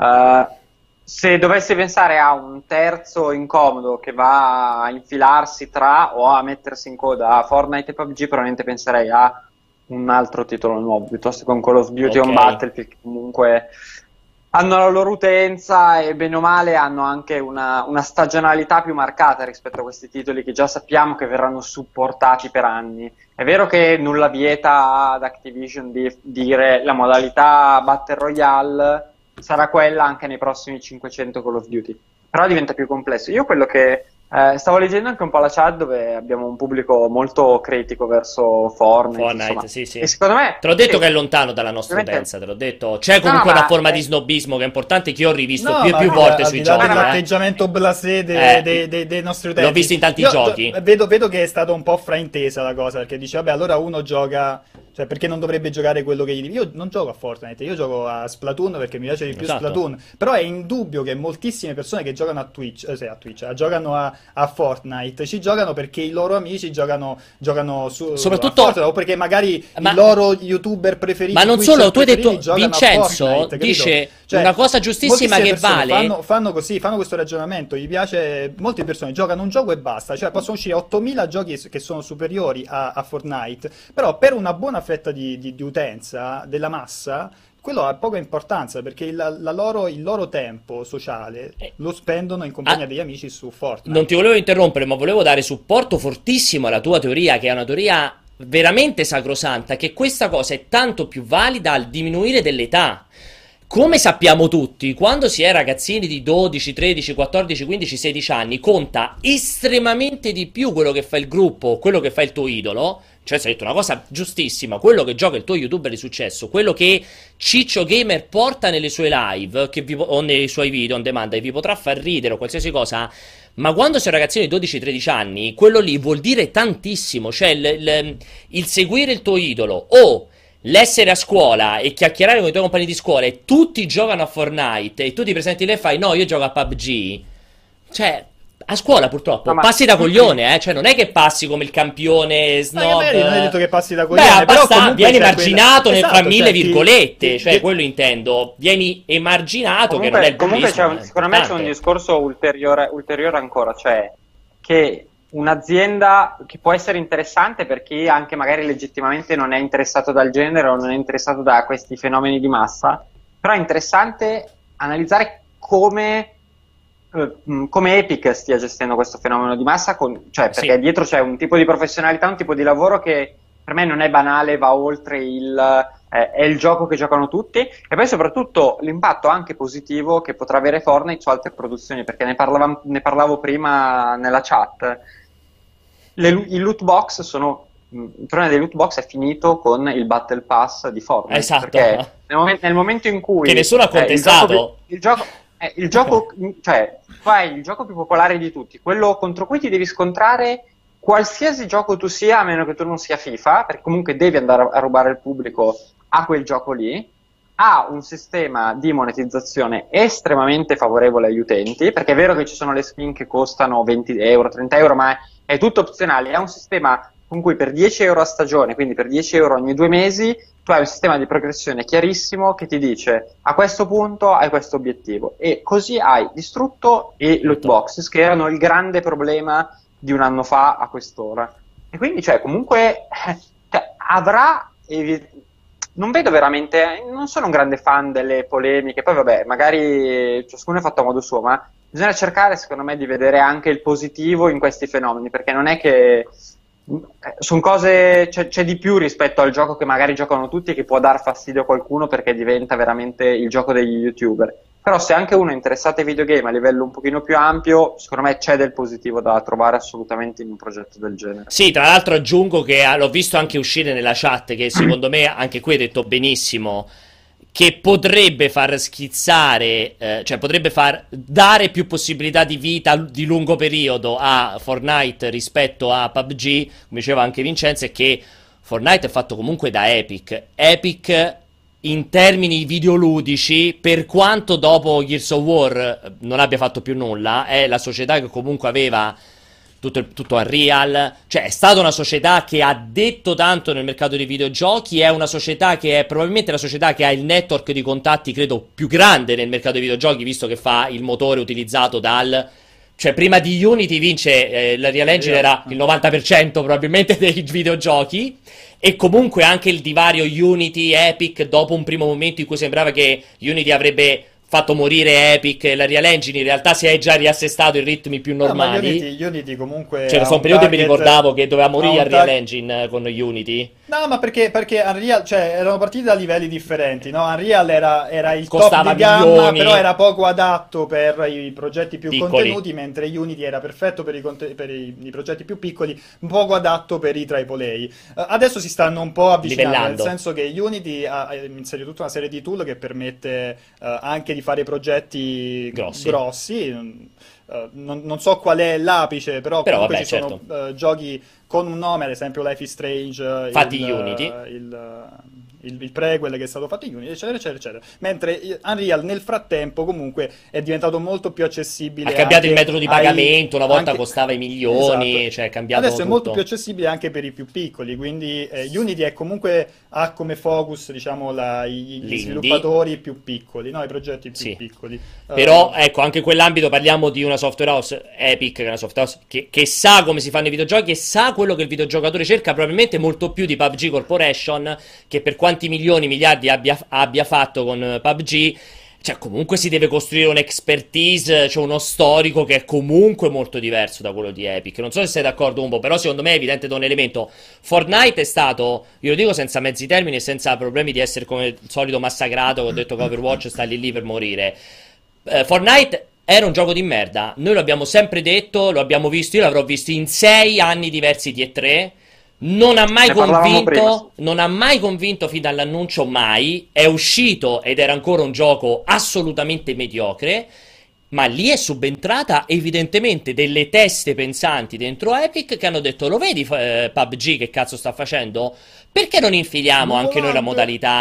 Se dovessi pensare a un terzo incomodo che va a infilarsi tra o a mettersi in coda a Fortnite e PUBG, probabilmente penserei a un altro titolo nuovo, piuttosto che un Call of Duty o un
Ok.
Battlefield, che comunque hanno la loro utenza e bene o male hanno anche una stagionalità più marcata rispetto a questi titoli che già sappiamo che verranno supportati per anni. È vero che nulla vieta ad Activision di dire la modalità Battle Royale sarà quella anche nei prossimi 500 Call of Duty, però diventa più complesso. Io quello che stavo leggendo anche un po' la chat, dove abbiamo un pubblico molto critico verso Fortnite, insomma.
Sì, sì.
E secondo me
Te l'ho detto
sì,
che è lontano dalla nostra
ovviamente-
utenza, te l'ho detto. C'è comunque
No,
una
ma-
forma di snobismo che è importante, che io ho rivisto
No,
più e
ma
più
anche
volte
al
sui
di là
giochi.
dell'atteggiamento blasé dei nostri utenti.
L'ho visto in tanti
Io
giochi.
vedo che è stata un po' fraintesa la cosa, perché dice, vabbè, allora uno gioca, cioè perché non dovrebbe giocare quello che gli dici? Io non gioco a Fortnite, io gioco a Splatoon perché mi piace di più
Esatto.
Splatoon, però è indubbio che moltissime persone che giocano a Twitch, giocano a Fortnite, ci giocano perché i loro amici giocano
Soprattutto-
a Fortnite, o perché magari
Ma-
i loro youtuber preferiti,
Ma non
Twitcher
solo, tu hai detto,
preferiti giocano a
Vincenzo
Fortnite, capito?
dice
Cioè,
una cosa giustissima che
moltissime persone
vale.
fanno questo ragionamento, gli piace, molte persone giocano un gioco e basta, cioè possono uscire 8000 giochi che sono superiori a Fortnite, però per una buona fetta di utenza della massa quello ha poca importanza, perché il loro tempo sociale lo spendono in compagnia degli amici su Fortnite.
Non ti volevo interrompere, ma volevo dare supporto fortissimo alla tua teoria, che è una teoria veramente sacrosanta, che questa cosa è tanto più valida al diminuire dell'età. Come sappiamo tutti, quando si è ragazzini di 12, 13, 14, 15, 16 anni, conta estremamente di più quello che fa il gruppo, quello che fa il tuo idolo. Cioè, si è detto una cosa giustissima: quello che gioca il tuo youtuber di successo, quello che Ciccio Gamer porta nelle sue live o nei suoi video on demand, e vi potrà far ridere o qualsiasi cosa. Ma quando sei un ragazzino di 12-13 anni, quello lì vuol dire tantissimo. Cioè, il seguire il tuo idolo o l'essere a scuola e chiacchierare con i tuoi compagni di scuola e tutti giocano a Fortnite e tu ti presenti lì e fai no, io gioco a PUBG. Cioè, A scuola purtroppo,
No, ma-
passi da coglione, cioè non è che passi come il campione snob.
magari non è detto che passi da
Beh,
coglione, però
abbastanza,
comunque
vieni
c'è
emarginato
quella...
fra
Esatto,
mille
cioè,
virgolette, cioè quello intendo. Vieni emarginato, che non è il
Comunque
bullismo,
secondo me c'è un discorso ulteriore ancora, cioè che un'azienda che può essere interessante per chi anche magari legittimamente non è interessato dal genere o non è interessato da questi fenomeni di massa, però è interessante analizzare come Epic stia gestendo questo fenomeno di massa, cioè perché
Sì.
dietro c'è un tipo di professionalità, un tipo di lavoro che per me non è banale, va oltre è il gioco che giocano tutti, e poi soprattutto l'impatto anche positivo che potrà avere Fortnite su altre produzioni, perché ne parlavo prima nella chat. I loot box il problema dei loot box è finito con il Battle Pass di Fortnite,
Esatto.
perché nel momento in cui
Che nessuno ha contestato.
il gioco, cioè, tu hai il gioco più popolare di tutti, quello contro cui ti devi scontrare qualsiasi gioco tu sia, a meno che tu non sia FIFA, perché comunque devi andare a rubare il pubblico a quel gioco lì. Ha un sistema di monetizzazione estremamente favorevole agli utenti, perché è vero che ci sono le skin che costano 20 euro, 30 euro, ma è tutto opzionale. È un sistema con cui per 10 euro a stagione, quindi per 10 euro ogni 2 mesi, tu hai un sistema di progressione chiarissimo che ti dice a questo punto hai questo obiettivo, e così hai distrutto i loot boxes, che erano il grande problema di un anno fa a quest'ora. E quindi cioè comunque avrà non vedo veramente, non sono un grande fan delle polemiche, poi vabbè, magari ciascuno è fatto a modo suo, ma bisogna cercare secondo me di vedere anche il positivo in questi fenomeni, perché non è che sono cose, c'è di più rispetto al gioco che magari giocano tutti e che può dar fastidio a qualcuno perché diventa veramente il gioco degli YouTuber. Però se anche uno è interessato ai videogame a livello un pochino più ampio, secondo me c'è del positivo da trovare assolutamente in un progetto del genere.
Sì, tra l'altro aggiungo che l'ho visto anche uscire nella chat, che secondo me anche qui hai detto benissimo, che potrebbe far schizzare, cioè potrebbe far dare più possibilità di vita di lungo periodo a Fortnite rispetto a PUBG, come diceva anche Vincenzo, è che Fortnite è fatto comunque da Epic. Epic in termini videoludici, per quanto dopo Gears of War non abbia fatto più nulla, è la società che comunque aveva tutto Unreal, cioè è stata una società che ha detto tanto nel mercato dei videogiochi, è una società che è probabilmente la società che ha il network di contatti credo più grande nel mercato dei videogiochi, visto che fa il motore utilizzato cioè prima di Unity vince, la Real Engine era il 90% probabilmente dei videogiochi, e comunque anche il divario Unity-Epic dopo un primo momento in cui sembrava che Unity avrebbe fatto morire Epic e la Real Engine, in realtà si è già riassestato in ritmi più normali.
No, Unity comunque
c'era
ha
un
un
periodo che mi
target,
ricordavo che doveva morire
ha
a
un
Real Engine con Unity.
No, ma perché Unreal, cioè, erano partiti da livelli differenti, no? Unreal era il
Costava
top di gamma,
milioni.
però era poco adatto per i progetti più
Piccoli.
contenuti, mentre Unity era perfetto per i progetti più piccoli, poco adatto per i AAA. Adesso si stanno un po' avvicinando,
Livellando.
nel senso che Unity ha inserito tutta una serie di tool che permette anche di fare progetti grossi. Non so qual è l'apice, però comunque
vabbè,
ci sono giochi con un nome, ad esempio Life is Strange,
Fatti Unity.
il prequel che è stato fatto in Unity, eccetera, eccetera, eccetera. Mentre Unreal nel frattempo comunque è diventato molto più accessibile.
Ha cambiato il
anche
metodo di pagamento, una volta
anche-
costava i milioni,
Esatto.
cioè è cambiato
Adesso è
tutto.
molto più accessibile anche per i più piccoli, quindi Unity è comunque ha come focus, diciamo, gli
L'indie.
sviluppatori più piccoli, no? I progetti più
Sì.
piccoli.
Però ecco, anche in quell'ambito parliamo di una software house, Epic, che è una software house che sa come si fanno i videogiochi e sa quello che il videogiocatore cerca, probabilmente molto più di PUBG Corporation, che per quanti milioni, miliardi abbia fatto con PUBG. Cioè comunque si deve costruire un'expertise, cioè uno storico che è comunque molto diverso da quello di Epic. Non so se sei d'accordo un po', però secondo me è evidente da un elemento. Fortnite è stato, io lo dico senza mezzi termini e senza problemi di essere come il solito massacrato, che ho detto che Overwatch sta lì per morire. Fortnite era un gioco di merda, noi lo abbiamo sempre detto, lo abbiamo visto, io l'avrò visto in 6 anni diversi di E3. Non ha mai
Ne parlavamo prima,
convinto, non ha mai convinto fino all'annuncio, mai. È uscito ed era ancora un gioco assolutamente mediocre. Ma lì è subentrata evidentemente delle teste pensanti dentro Epic che hanno detto: lo vedi PUBG che cazzo sta facendo? Perché non infiliamo anche noi la modalità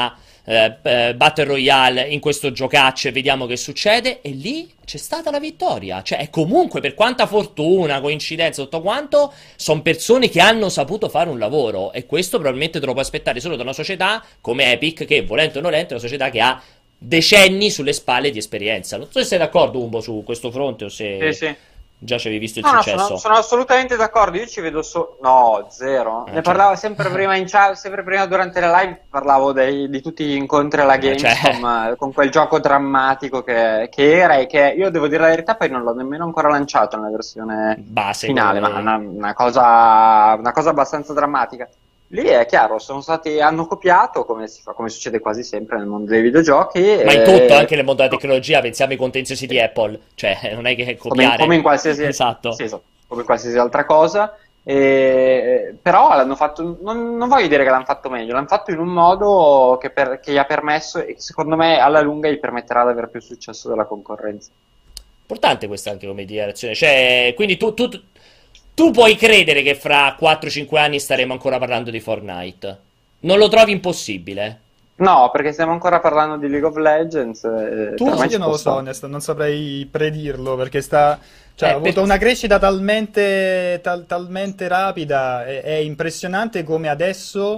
Battle Royale in questo giocaccio e vediamo che succede, e lì c'è stata la vittoria. Cioè, comunque, per quanta fortuna, coincidenza, tutto quanto, sono persone che hanno saputo fare un lavoro, e questo probabilmente te lo puoi aspettare solo da una società come Epic, che volente o nolente è una società che ha decenni sulle spalle di esperienza. Non so se sei d'accordo, Umbo, su questo fronte, o se
Sì.
già ci avevi visto il
No,
successo.
sono assolutamente d'accordo. Io ci vedo no, zero. Ne parlavo sempre prima in chat, sempre prima durante le live. Parlavo di tutti gli incontri alla Gamescom, con quel gioco drammatico che era, e che io devo dire la verità, poi non l'ho nemmeno ancora lanciato nella versione
base
finale, ma una cosa abbastanza drammatica. Lì è chiaro, hanno copiato, come si fa, come succede quasi sempre nel mondo dei videogiochi.
Ma in tutto, anche nel mondo della tecnologia, pensiamo ai contenziosi di Apple. Cioè, non è che copiare.
Come in qualsiasi,
esatto.
Sì, come in qualsiasi altra cosa. Però l'hanno fatto, non voglio dire che l'hanno fatto meglio, l'hanno fatto in un modo che gli ha permesso, e che secondo me alla lunga gli permetterà di avere più successo della concorrenza.
Importante questa anche come dichiarazione. Cioè, quindi tu puoi credere che fra 4-5 anni staremo ancora parlando di Fortnite? Non lo trovi impossibile?
No, perché stiamo ancora parlando di League of Legends.
Io non lo so, non saprei predirlo, perché ha avuto una crescita talmente rapida, è impressionante come adesso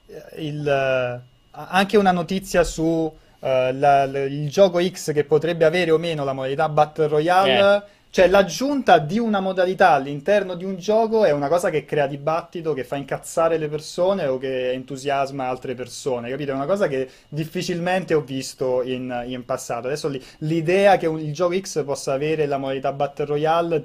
anche una notizia su il gioco X che potrebbe avere o meno la modalità Battle Royale. Cioè, l'aggiunta di una modalità all'interno di un gioco è una cosa che crea dibattito, che fa incazzare le persone o che entusiasma altre persone, capito? È una cosa che difficilmente ho visto in passato. Adesso l'idea che il gioco X possa avere la modalità Battle Royale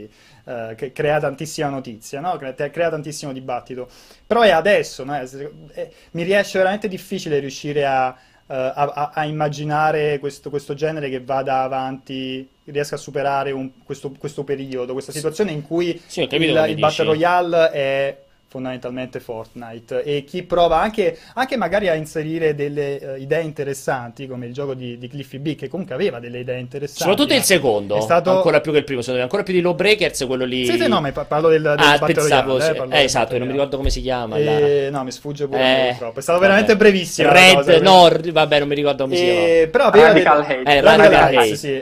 che crea tantissima notizia, no? Crea tantissimo dibattito. Però è adesso, no? Mi riesce veramente difficile riuscire a immaginare questo genere che vada avanti, riesca a superare questo periodo, questa situazione in cui il Battle Royale è fondamentalmente Fortnite, e chi prova anche magari a inserire delle idee interessanti, come il gioco di Cliffy B, che comunque aveva delle idee interessanti.
Soprattutto il secondo, ancora più che il primo, secondo me, ancora più di Lawbreakers, quello lì.
Sì, no, ma parlo del Battle Royale.
Esatto, non mi ricordo come si chiama.
No, mi sfugge pure troppo. È stato veramente brevissimo.
Vabbè, non mi ricordo come si chiama.
Però aveva
Radical Hate.
Sì.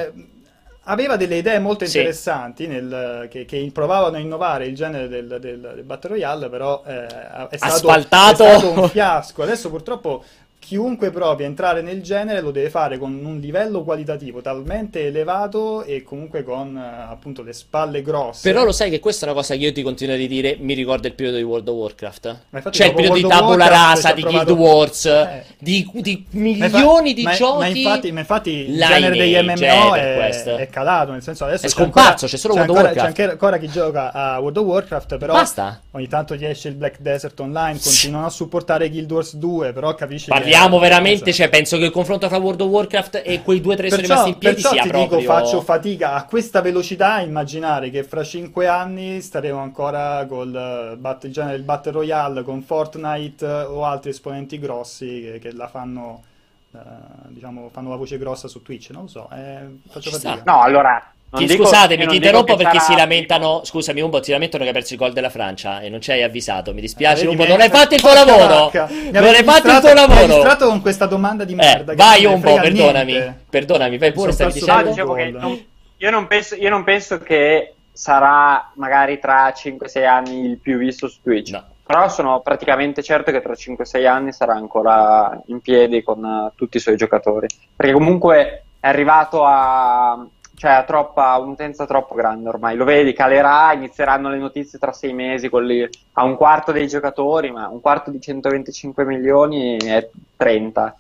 Aveva delle idee molto interessanti che provavano a innovare il genere del Battle Royale, però è stato un fiasco. Adesso purtroppo chiunque provi a entrare nel genere lo deve fare con un livello qualitativo talmente elevato e comunque con appunto le spalle grosse.
Però lo sai che questa è una cosa che io ti continuo a dire, mi ricorda il periodo di World of Warcraft.
Cioè
il periodo di Tabula Rasa, di Guild Wars, di milioni di giochi.
Ma infatti il genere degli MMO è calato, nel senso adesso
è scomparso, c'è solo World of Warcraft.
C'è ancora chi gioca a World of Warcraft, però
basta.
Ogni tanto gli esce il Black Desert Online, continuano a supportare Guild Wars 2, però capisci
Parliamo veramente, cioè penso che il confronto tra World of Warcraft e quei 2 o 3 sono rimasti in piedi sia proprio...
Perciò ti dico, faccio fatica a questa velocità a immaginare che fra 5 anni staremo ancora col genere del Battle Royale con Fortnite o altri esponenti grossi che la fanno, fanno la voce grossa su Twitch, non lo so, faccio fatica.
No, allora...
Scusatemi, ti interrompo perché si lamentano. Scusami, Umbo, si lamentano che hai perso il gol della Francia e non ci hai avvisato. Mi dispiace, Umbo, non hai fatto il tuo lavoro. Non hai fatto il tuo lavoro.
Mi hai distratto con questa domanda di merda.
Vai, Umbo, perdonami, vai pure. Stavi dicendo.
Dicevo che io non penso che sarà magari tra 5-6 anni il più visto su Twitch. No. Però sono praticamente certo che tra 5-6 anni sarà ancora in piedi con tutti i suoi giocatori. Perché comunque è arrivato a un'utenza troppo grande ormai, lo vedi, calerà, inizieranno le notizie tra 6 mesi a un quarto dei giocatori, ma un quarto di 125 milioni è 30.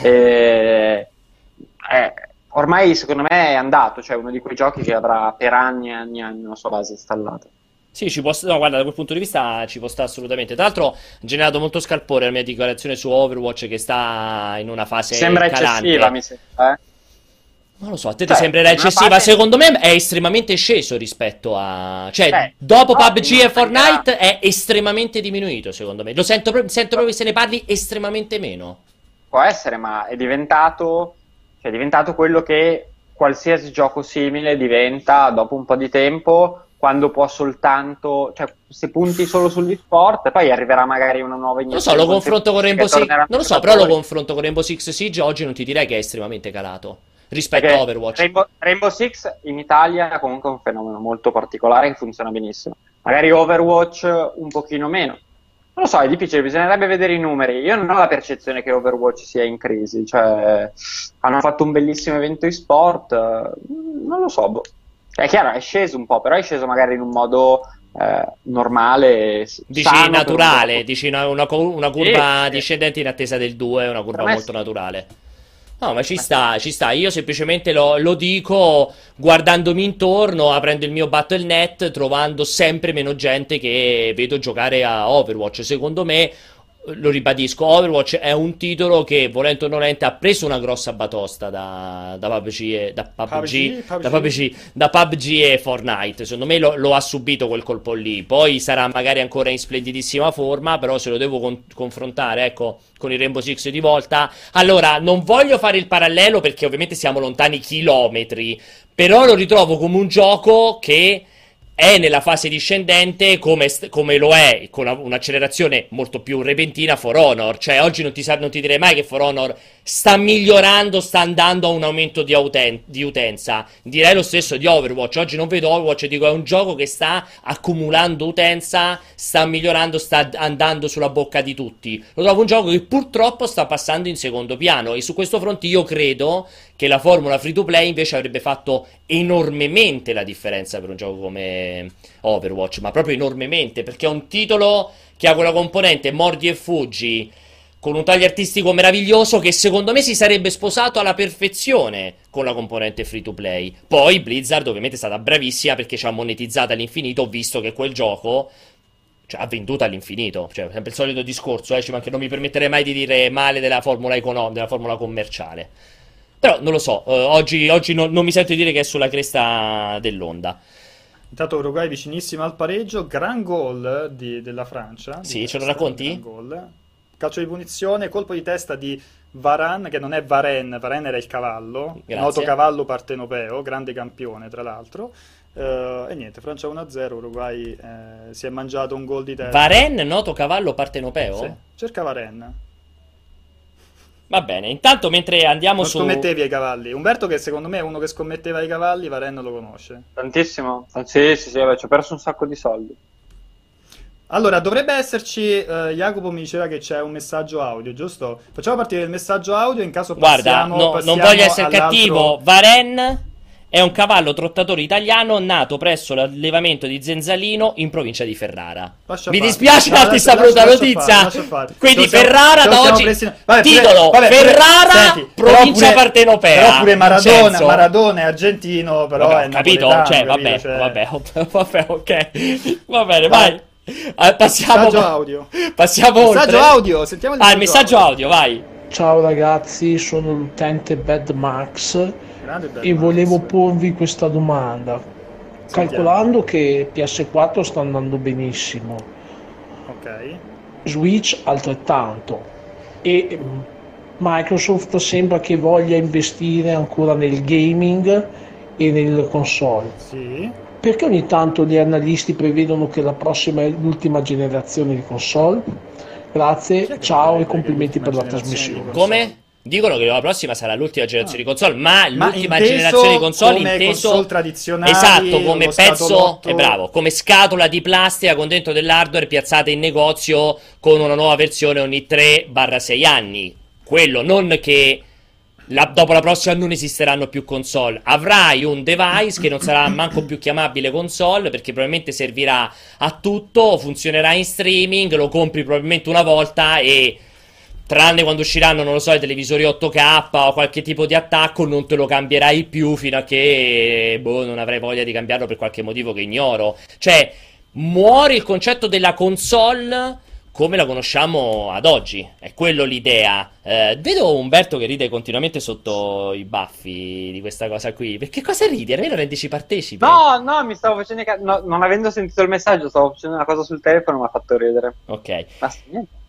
Ormai secondo me è andato, cioè uno di quei giochi che avrà per anni e anni e anni una sua base installata.
Sì, no, guarda, da quel punto di vista ci può stare assolutamente. Tra l'altro ha generato molto scalpore la mia dichiarazione su Overwatch, che sta in una fase
sembra
calante.
Eccessiva, mi sembra,
Non lo so, a te ti sembrerà eccessiva? Secondo me è estremamente sceso rispetto a... Cioè, dopo PUBG e Fortnite è estremamente diminuito, secondo me. Sento proprio che se ne parli estremamente meno.
Può essere, ma è diventato quello che qualsiasi gioco simile diventa dopo un po' di tempo, quando può soltanto, cioè se punti solo sugli sport, poi arriverà magari una nuova
Non lo so, lo confronto con Rainbow Six. Non lo so, però lo confronto con Rainbow Six Siege. Oggi non ti direi che è estremamente calato rispetto a Overwatch.
Rainbow Six in Italia comunque è un fenomeno molto particolare che funziona benissimo. Magari Overwatch un pochino meno. Non lo so, è difficile, bisognerebbe vedere i numeri. Io non ho la percezione che Overwatch sia in crisi, cioè hanno fatto un bellissimo evento e-sport, non lo so, boh. È chiaro, è sceso un po', però è sceso magari in un modo normale,
dici
sano,
naturale, dici una curva
sì,
discendente in attesa del 2, una curva molto naturale. No, ma ci
Ma
sta. Io semplicemente lo dico guardandomi intorno, aprendo il mio Battle.net, trovando sempre meno gente che vedo giocare a Overwatch. Secondo me, lo ribadisco, Overwatch è un titolo che, volente o nolente, ha preso una grossa batosta da PUBG e Fortnite. Secondo me lo ha subito quel colpo lì. Poi sarà magari ancora in splendidissima forma, però se lo devo confrontare, ecco, con il Rainbow Six di volta. Allora, non voglio fare il parallelo perché ovviamente siamo lontani chilometri, però lo ritrovo come un gioco che è nella fase discendente come lo è, con un'accelerazione molto più repentina, For Honor. Cioè oggi non ti direi mai che For Honor sta migliorando, sta andando a un aumento di utenza. Direi lo stesso di Overwatch. Oggi non vedo Overwatch e dico è un gioco che sta accumulando utenza, sta migliorando, sta andando sulla bocca di tutti. Lo trovo un gioco che purtroppo sta passando in secondo piano, e su questo fronte io credo che la formula free to play invece avrebbe fatto enormemente la differenza per un gioco come Overwatch, ma proprio enormemente, perché è un titolo che ha quella componente mordi e fuggi con un taglio artistico meraviglioso che secondo me si sarebbe sposato alla perfezione con la componente free to play. Poi Blizzard ovviamente è stata bravissima perché ci ha monetizzato all'infinito, visto che quel gioco, cioè, ha venduto all'infinito. Cioè, sempre il solito discorso, non mi permetterei mai di dire male della formula della formula commerciale. Però non lo so, oggi non mi sento di dire che è sulla cresta dell'onda.
Intanto Uruguay vicinissimo al pareggio, gran gol della Francia.
Sì, ce lo racconti?
Gran gol. Calcio di punizione, colpo di testa di Varane, che non è Varenne era il cavallo,
Grazie.
noto cavallo partenopeo, grande campione tra l'altro. E niente, Francia 1-0, Uruguay si è mangiato un gol di testa.
Varenne, noto cavallo partenopeo?
Sì, cerca Varenne.
Va bene, intanto mentre andiamo
Non scommettevi ai cavalli. Umberto, che secondo me è uno che scommetteva ai cavalli, Varenne lo conosce.
tantissimo. Sì, vabbè, ci ho perso un sacco di soldi.
Allora, dovrebbe esserci, Jacopo mi diceva che c'è un messaggio audio, giusto? Facciamo partire il messaggio audio in caso
Guarda,
passiamo
non voglio essere
all'altro...
cattivo. Varenne è un cavallo trottatore italiano nato presso l'allevamento di Zenzalino in provincia di Ferrara. Mi dispiace darti questa brutta notizia. Quindi Ferrara da oggi titolo Ferrara, provincia partenopea.
Però pure Maradona è argentino, però
vabbè,
è
capito?
napoletano,
Vabbè, ok. Va bene, vai.
Messaggio audio.
Passiamo
Messaggio
oltre.
audio, sentiamo
il messaggio audio, vai.
Ciao ragazzi, sono l'utente Bad Max e volevo porvi questa domanda. Calcolando che PS4 sta andando benissimo,
ok,
Switch altrettanto, e Microsoft sembra che voglia investire ancora nel gaming e nel console.
sì.
Perché ogni tanto gli analisti prevedono che la prossima è l'ultima generazione di console? Grazie, ciao e complimenti per la trasmissione.
Come? Dicono che la prossima sarà l'ultima generazione di console, ma l'ultima
inteso
generazione di console
come
inteso
console tradizionali,
esatto, come
lo
pezzo,
scatolotto.
è bravo, come scatola di plastica con dentro dell'hardware piazzata in negozio con una nuova versione ogni 3-6 anni. Quello, non che dopo la prossima non esisteranno più console. Avrai un device che non sarà manco più chiamabile console, perché probabilmente servirà a tutto, funzionerà in streaming, lo compri probabilmente una volta e, tranne quando usciranno, non lo so, i televisori 8K o qualche tipo di attacco, non te lo cambierai più fino a che, non avrai voglia di cambiarlo per qualche motivo che ignoro. Cioè, muore il concetto della console come la conosciamo ad oggi. È quello l'idea. Vedo Umberto che ride continuamente sotto i baffi di questa cosa qui. Perché cosa ridi? Almeno rendici partecipe.
No, mi stavo facendo non avendo sentito il messaggio, stavo facendo una cosa sul telefono, mi ha fatto ridere.
Ok.
Ma sì, niente.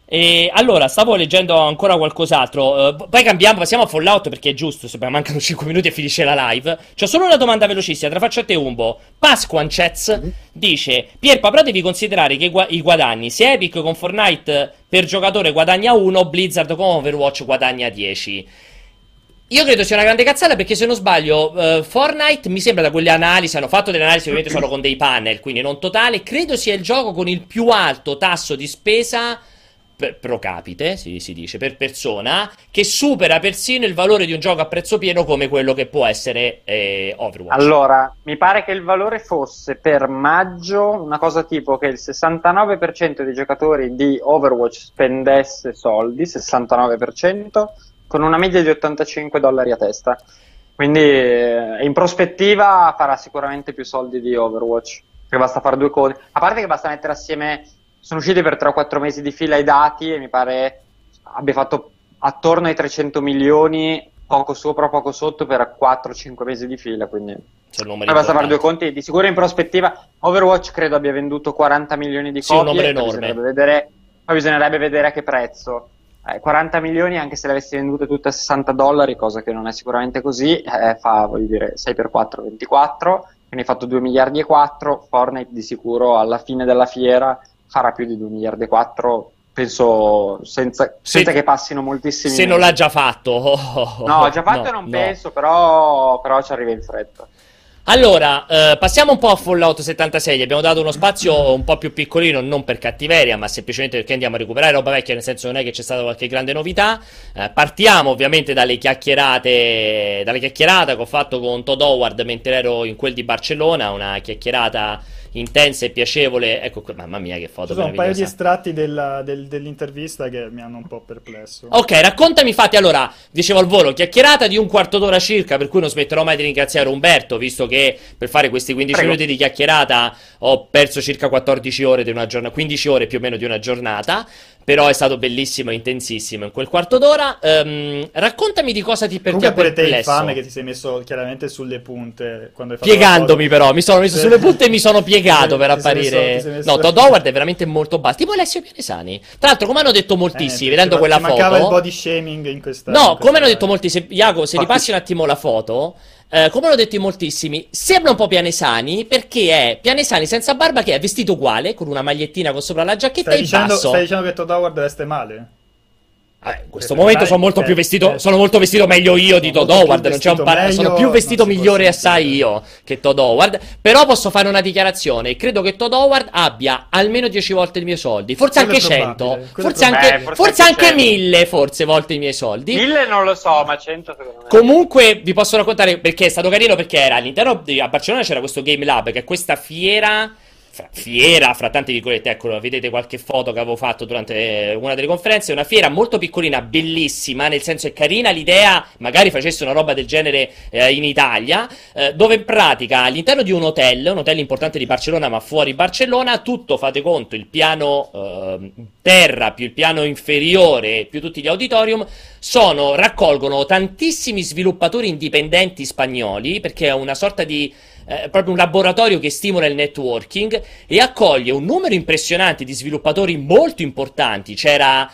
E allora, stavo leggendo ancora qualcos'altro. Poi cambiamo, passiamo a Fallout perché è giusto. Se mancano 5 minuti e finisce la live. C'ho solo una domanda velocissima, te la faccio a te, Umbo. Pasquancez dice: Pierpa, però devi considerare che i guadagni. Se Epic con Fortnite per giocatore guadagna 1, Blizzard con Overwatch guadagna 10. Io credo sia una grande cazzata perché, se non sbaglio, Fortnite mi sembra, da quelle analisi, hanno fatto delle analisi, ovviamente sono con dei panel, quindi non totale, credo sia il gioco con il più alto tasso di spesa pro capite, si dice, per persona, che supera persino il valore di un gioco a prezzo pieno come quello che può essere Overwatch.
Allora, mi pare che il valore fosse per maggio una cosa tipo che il 69% dei giocatori di Overwatch spendesse soldi, 69%, con una media di $85 a testa. Quindi in prospettiva farà sicuramente più soldi di Overwatch, perché basta fare due conti. A parte che basta mettere assieme, sono usciti per 3 o 4 mesi di fila i dati e mi pare abbia fatto attorno ai 300 milioni, poco sopra, poco sotto, per 4-5 mesi di fila, quindi basta fare due conti. Di sicuro in prospettiva Overwatch credo abbia venduto 40 milioni di copie,
un numero enorme.
Poi bisognerebbe vedere a che prezzo. 40 milioni, anche se le avessi vendute tutte a $60, cosa che non è sicuramente così, fa, voglio dire, 6 per 4, 24, quindi hai fatto 2 miliardi e 4. Fortnite di sicuro alla fine della fiera farà più di 2 miliardi e 4, penso, senza che passino moltissimi
se
mesi.
Non l'ha già fatto.
No, già fatto non penso, però ci arriva in fretta.
Allora, passiamo un po' a Fallout 76. Abbiamo dato uno spazio un po' più piccolino, non per cattiveria, ma semplicemente perché andiamo a recuperare roba vecchia, nel senso non è che c'è stata qualche grande novità. Partiamo ovviamente dalle chiacchierata che ho fatto con Todd Howard mentre ero in quel di Barcellona, una chiacchierata intensa e piacevole. Ecco, mamma mia che foto.
Ci sono un paio di estratti dell'intervista che mi hanno un po' perplesso.
Ok, raccontami, infatti, allora, dicevo al volo, chiacchierata di un quarto d'ora circa, per cui non smetterò mai di ringraziare Umberto, visto che per fare questi 15 minuti di chiacchierata ho perso circa 14 ore di una giornata, 15 ore più o meno di una giornata. Però è stato bellissimo e intensissimo in quel quarto d'ora. Raccontami di cosa ti perplesso.
Comunque pure te infame che ti sei messo chiaramente sulle punte quando hai fatto
piegandomi, però mi sono messo sulle punte e mi sono piegato per apparire. No, Todd Howard è veramente molto basso, tipo Alessio Pianesani. Tra l'altro, come hanno detto moltissimi, vedendo quella foto,
mancava il body shaming in questa.
No, come hanno detto moltissimi, Iago, se ripassi un attimo la foto. Come hanno detto in moltissimi, sembra un po' Pianesani, perché è Pianesani senza barba, che è vestito uguale, con una magliettina con sopra la giacchetta e il basso.
Stai dicendo che Todd Howard veste male?
In questo momento sono molto più vestito, sono molto vestito meglio io di Todd Howard, non c'è un sono più vestito migliore assai io che Todd Howard, però posso fare una dichiarazione, credo che Todd Howard abbia almeno 10 volte i miei soldi, forse anche 100, forse anche 1000 forse volte i miei soldi.
1000 non lo so, ma 100 secondo me.
Comunque vi posso raccontare perché è stato carino, perché era all'interno a Barcellona c'era questo Game Lab, che è questa fiera fra tante virgolette, ecco, vedete qualche foto che avevo fatto durante una delle conferenze. Una fiera molto piccolina, bellissima, nel senso è carina l'idea, magari facesse una roba del genere in Italia, dove in pratica all'interno di un hotel importante di Barcellona, ma fuori Barcellona, tutto, fate conto, il piano terra più il piano inferiore più tutti gli auditorium raccolgono tantissimi sviluppatori indipendenti spagnoli, perché è una sorta di proprio un laboratorio che stimola il networking e accoglie un numero impressionante di sviluppatori molto importanti. C'era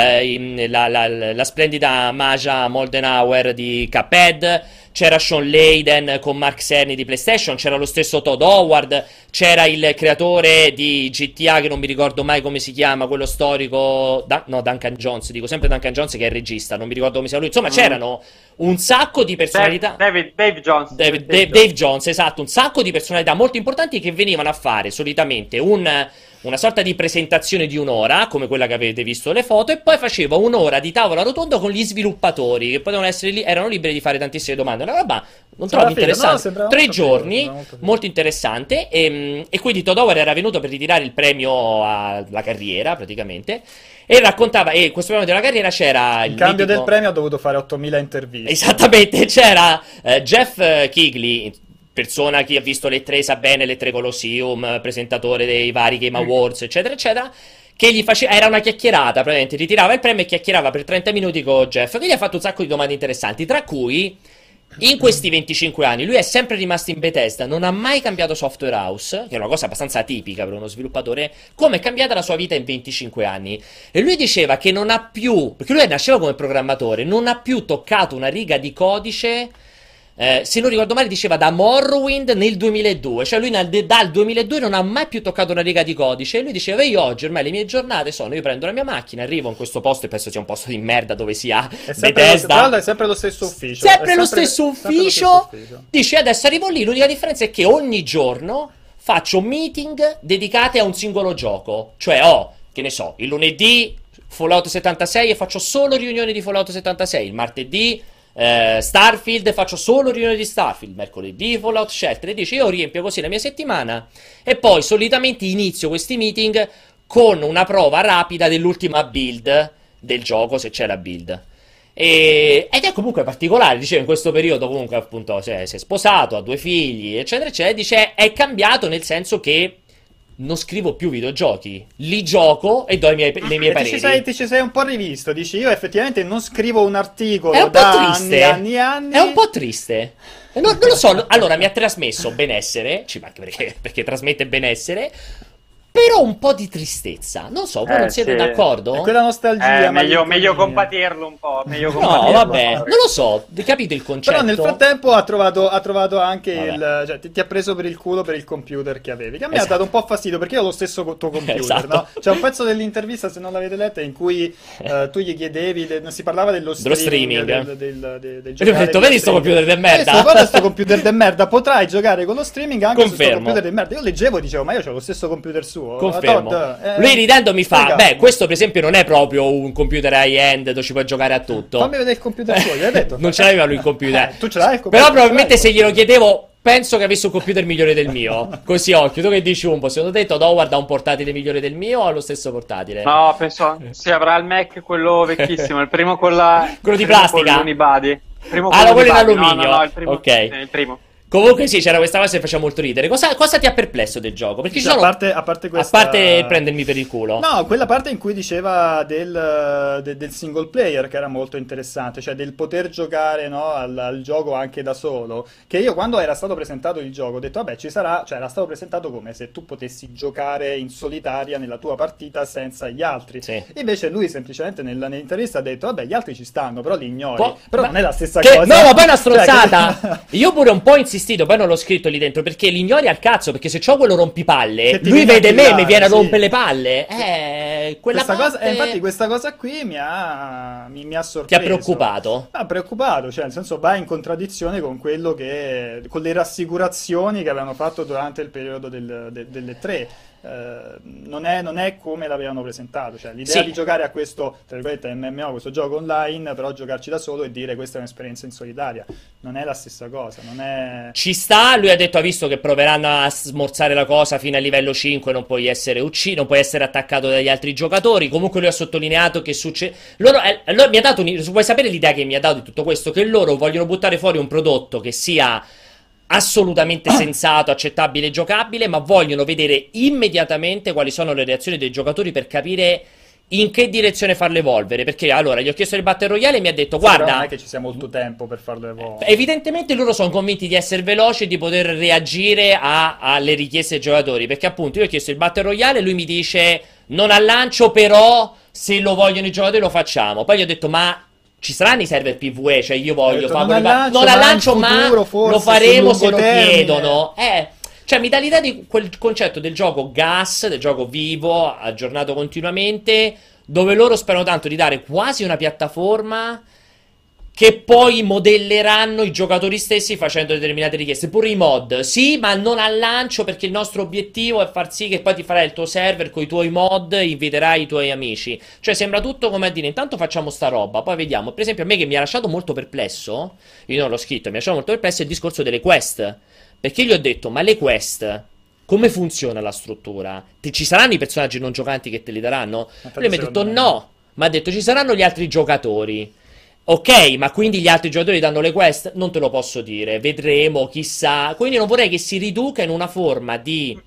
la splendida Maja Moldenhauer di Cuphead, c'era Sean Layden con Mark Cerny di PlayStation, c'era lo stesso Todd Howard, c'era il creatore di GTA che non mi ricordo mai come si chiama, quello storico, Duncan Jones, dico sempre Duncan Jones, che è il regista, non mi ricordo come sia lui. Insomma, c'erano un sacco di personalità.
Dave Jones.
Dave Jones, esatto, un sacco di personalità molto importanti che venivano a fare solitamente una sorta di presentazione di un'ora, come quella che avete visto le foto, e poi faceva un'ora di tavola rotonda con gli sviluppatori, che potevano essere lì, erano liberi di fare tantissime domande. Una roba, non trovi interessante?
No,
3 giorni, molto interessante, e quindi Todd Howard era venuto per ritirare il premio alla carriera, praticamente, e raccontava, e questo premio della carriera c'era
il cambio del premio ha dovuto fare 8000 interviste.
Esattamente, c'era Jeff Keighley, persona che ha visto le 3 sa bene, le 3 Colosseum, presentatore dei vari Game Awards, eccetera, eccetera, che gli faceva, era una chiacchierata, praticamente ritirava il premio e chiacchierava per 30 minuti con Jeff, che gli ha fatto un sacco di domande interessanti, tra cui In questi 25 anni lui è sempre rimasto in Bethesda, non ha mai cambiato software house, che è una cosa abbastanza atipica per uno sviluppatore. Come è cambiata la sua vita in 25 anni? E lui diceva che non ha più, perché lui nasceva come programmatore, non ha più toccato una riga di codice, se non ricordo male diceva da Morrowind nel 2002, cioè lui dal 2002 non ha mai più toccato una riga di codice. E lui diceva: io oggi ormai le mie giornate sono, io prendo la mia macchina, arrivo in questo posto, e penso sia un posto di merda dove si ha Bethesda,
è sempre lo stesso ufficio,
sempre lo stesso ufficio. Dice: adesso arrivo lì, l'unica differenza è che ogni giorno faccio meeting dedicate a un singolo gioco, cioè che ne so, il lunedì Fallout 76 e faccio solo riunioni di Fallout 76, il martedì Starfield, faccio solo riunioni di Starfield, mercoledì Fallout Shelter. E dice: io riempio così la mia settimana e poi solitamente inizio questi meeting con una prova rapida dell'ultima build del gioco, se c'è la build. Ed è comunque particolare, diceva, in questo periodo comunque appunto si è sposato, ha 2 figli, eccetera eccetera. Dice è cambiato nel senso che non scrivo più videogiochi, li gioco e do le mie pareri.
Ti ci sei un po' rivisto, dici: io effettivamente non scrivo un articolo
è un
da
po' triste.
anni e anni.
È un po' triste. Non lo so, allora mi ha trasmesso benessere, ci manca perché trasmette benessere, però un po' di tristezza. Non so, voi non siete d'accordo?
È quella nostalgia.
Meglio compatirlo un po'.
No, vabbè, non lo so, capite il concetto?
Però nel frattempo ha trovato anche cioè, ti ha preso per il culo per il computer che avevi. Che a me ha dato un po' fastidio, perché io ho lo stesso tuo computer,
esatto.
No? C'è un pezzo dell'intervista, se non l'avete letta, in cui tu gli chiedevi, si parlava dello streaming. Del
io ho detto: vedi sto computer de merda?
Guarda sto computer de merda, potrai giocare con lo streaming anche su questo computer de merda. Io leggevo e dicevo: ma io ho lo stesso computer suo.
Confermo. Lui ridendo mi fa: beh, questo per esempio non è proprio un computer high-end dove ci puoi giocare a tutto.
Fammi vedere il computer suo, gli hai detto.
Non ce l'aveva lui il computer.
Tu ce l'hai il computer?
Però probabilmente se glielo chiedevo, penso che avesse un computer migliore del mio. Così occhio, tu che dici un po'? Secondo te Todd ha un portatile migliore del mio o ha lo stesso portatile?
No, penso si avrà il Mac, quello vecchissimo, il primo con
quello di plastica.
Con l'unibody.
Quello in alluminio.
No, il primo.
Ok.
Il primo.
Comunque sì, c'era questa cosa che faceva molto ridere. Cosa ti ha perplesso del gioco? Perché ci sono...
a parte questa...
A parte prendermi per il culo.
No, quella parte in cui diceva del single player, che era molto interessante, cioè del poter giocare, no, al gioco anche da solo. Che io, quando era stato presentato il gioco, ho detto vabbè, ci sarà, cioè era stato presentato come se tu potessi giocare in solitaria nella tua partita senza gli altri.
Sì.
Invece lui semplicemente nell'intervista ha detto vabbè, gli altri ci stanno, però li ignori. Però
ma...
non è la stessa cosa.
No, ma poi è una stronzata. Io pure un po' insistito, poi non l'ho scritto lì dentro, perché li ignori al cazzo, perché se c'ho quello rompipalle, lui vede me e mi viene a rompere le palle. Quella parte...
infatti questa cosa qui mi ha sorpreso.
Ti ha preoccupato?
Ha preoccupato, cioè nel senso va in contraddizione con quello con le rassicurazioni che avevano fatto durante il periodo delle 3. Non è come l'avevano presentato, cioè l'idea di giocare a questo, tra virgolette, MMO, questo gioco online, però giocarci da solo e dire questa è un'esperienza in solitaria, non è la stessa cosa, non è...
Ci sta, lui ha detto, ha visto che proveranno a smorzare la cosa fino a livello 5, non puoi essere ucciso, non puoi essere attaccato dagli altri giocatori. Comunque lui ha sottolineato che succede... Allora mi ha dato, vuoi sapere l'idea che mi ha dato di tutto questo? Che loro vogliono buttare fuori un prodotto che sia assolutamente sensato, accettabile e giocabile, ma vogliono vedere immediatamente quali sono le reazioni dei giocatori per capire in che direzione farlo evolvere. Perché allora gli ho chiesto il Battle Royale e mi ha detto guarda,
però non è che ci sia molto tempo per farlo evolvere.
Evidentemente loro sono convinti di essere veloci e di poter reagire alle richieste dei giocatori, perché appunto io ho chiesto il Battle Royale e lui mi dice non al lancio, però se lo vogliono i giocatori lo facciamo. Poi gli ho detto ma ci saranno i server PvE, cioè io voglio fare non al lancio, ma lo faremo se lo chiedono. Cioè mi dà l'idea di quel concetto del gioco gas, del gioco vivo, aggiornato continuamente, dove loro sperano tanto di dare quasi una piattaforma che poi modelleranno i giocatori stessi facendo determinate richieste. Pure i mod, sì, ma non al lancio, perché il nostro obiettivo è far sì che poi ti farai il tuo server con i tuoi mod, inviterai i tuoi amici. Cioè sembra tutto come a dire, intanto facciamo sta roba, poi vediamo. Per esempio a me che mi ha lasciato molto perplesso, io non l'ho scritto, mi ha lasciato molto perplesso il discorso delle quest. Perché gli ho detto, ma le quest... come funziona la struttura? Ci saranno i personaggi non giocanti che te li daranno? Lui mi ha detto no, ma ha detto ci saranno gli altri giocatori. Ok, ma quindi gli altri giocatori danno le quest? Non te lo posso dire, vedremo, chissà. Quindi non vorrei che si riduca in una forma di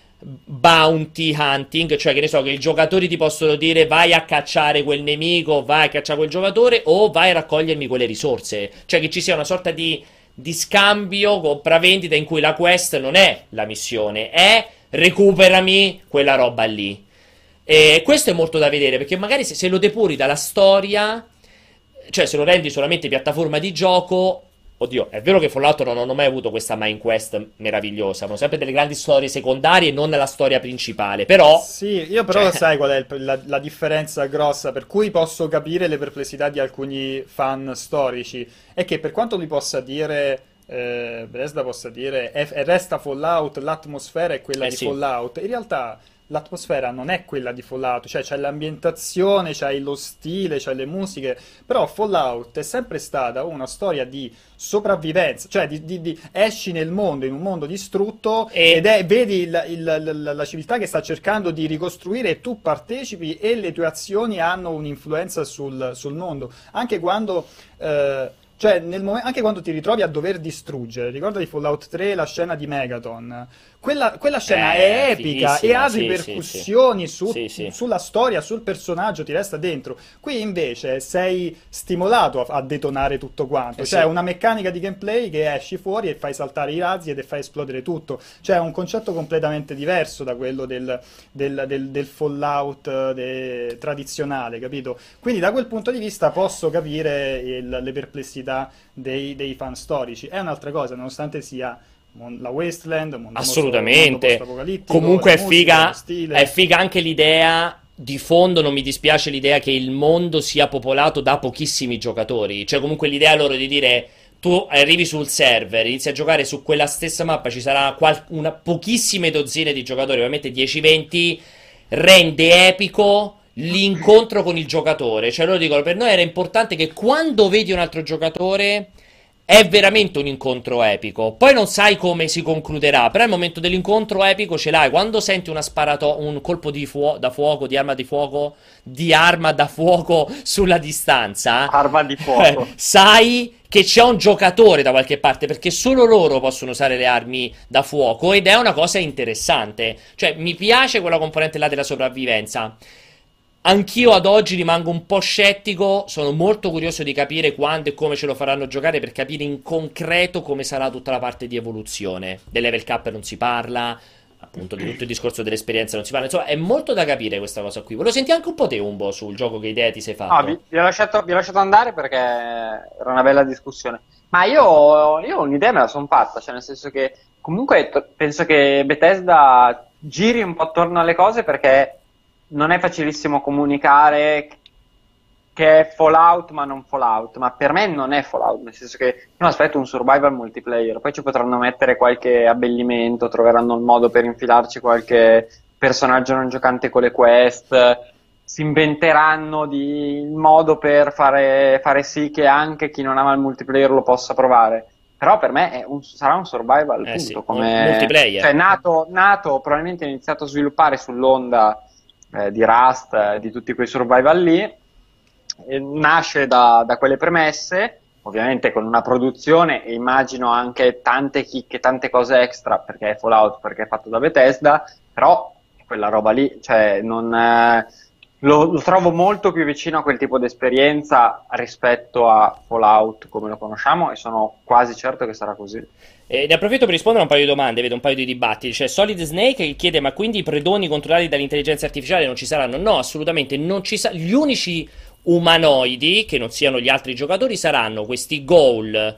bounty hunting, cioè che ne so, che i giocatori ti possono dire vai a cacciare quel nemico, vai a cacciare quel giocatore o vai a raccogliermi quelle risorse. Cioè che ci sia una sorta di di scambio, compravendita, in cui la quest non è la missione, è recuperami quella roba lì. E questo è molto da vedere, perché magari se lo depuri dalla storia, cioè se lo rendi solamente piattaforma di gioco. Oddio, è vero che Fallout non hanno mai avuto questa main quest meravigliosa, hanno sempre delle grandi storie secondarie e non la storia principale, però...
Sì, io però sai qual è la differenza grossa, per cui posso capire le perplessità di alcuni fan storici, è che per quanto lui possa dire... Bethesda possa dire resta Fallout, l'atmosfera è quella di
sì.
Fallout, in realtà l'atmosfera non è quella di Fallout, cioè c'è l'ambientazione, c'è lo stile, c'è le musiche, però Fallout è sempre stata una storia di sopravvivenza, cioè esci nel mondo, in un mondo distrutto, ed vedi la civiltà che sta cercando di ricostruire e tu partecipi e le tue azioni hanno un'influenza sul mondo, anche quando... Cioè, anche quando ti ritrovi a dover distruggere, ricorda di Fallout 3 la scena di Megaton. Quella scena è epica e ha ripercussioni sulla storia, sul personaggio, ti resta dentro. Qui invece sei stimolato a detonare tutto quanto. Cioè, una meccanica di gameplay che esci fuori e fai saltare i razzi ed fai esplodere tutto. Cioè, è un concetto completamente diverso da quello del Fallout tradizionale, capito? Quindi da quel punto di vista posso capire le perplessità dei fan storici. È un'altra cosa, nonostante sia la Wasteland, mondo
assolutamente.
post-apocalittico,
comunque
musica,
è figa anche l'idea. Di fondo non mi dispiace l'idea che il mondo sia popolato da pochissimi giocatori. Cioè, comunque l'idea loro di dire: tu arrivi sul server, inizi a giocare su quella stessa mappa, ci sarà pochissime dozzine di giocatori, ovviamente 10-20, rende epico l'incontro con il giocatore. Cioè loro dicono: per noi era importante che quando vedi un altro giocatore è veramente un incontro epico. Poi non sai come si concluderà, però il momento dell'incontro epico ce l'hai. Quando senti un colpo di arma da fuoco sulla distanza,
arma di fuoco,
sai che c'è un giocatore da qualche parte, perché solo loro possono usare le armi da fuoco, ed è una cosa interessante. Cioè, mi piace quella componente là della sopravvivenza. Anch'io ad oggi rimango un po' scettico, sono molto curioso di capire quando e come ce lo faranno giocare, per capire in concreto come sarà tutta la parte di evoluzione. Del level cap non si parla, appunto di tutto il discorso dell'esperienza non si parla, insomma è molto da capire questa cosa qui. Volevo sentire anche un po' te, Umbo, sul gioco, che idea ti sei fatto?
No, vi ho lasciato andare perché era una bella discussione, ma io un'idea me la sono fatta, cioè nel senso che comunque penso che Bethesda giri un po' attorno alle cose, perché non è facilissimo comunicare che è Fallout ma non Fallout, ma per me non è Fallout, nel senso che io mi aspetto un survival multiplayer, poi ci potranno mettere qualche abbellimento, troveranno il modo per infilarci qualche personaggio non giocante con le quest, si inventeranno il modo per fare sì che anche chi non ama il multiplayer lo possa provare. Però per me sarà un survival, punto,
sì,
come
un multiplayer.
Cioè, nato probabilmente ha iniziato a sviluppare sull'onda di Rust, di tutti quei survival lì, nasce da quelle premesse, ovviamente con una produzione e immagino anche tante chicche, tante cose extra, perché è Fallout, perché è fatto da Bethesda, però quella roba lì, cioè lo trovo molto più vicino a quel tipo di esperienza rispetto a Fallout come lo conosciamo, e sono quasi certo che sarà così.
Ne approfitto per rispondere a un paio di domande, vedo un paio di dibattiti. C'è Solid Snake che chiede: ma quindi i predoni controllati dall'intelligenza artificiale non ci saranno? No, assolutamente non ci saranno. Gli unici umanoidi che non siano gli altri giocatori saranno questi ghoul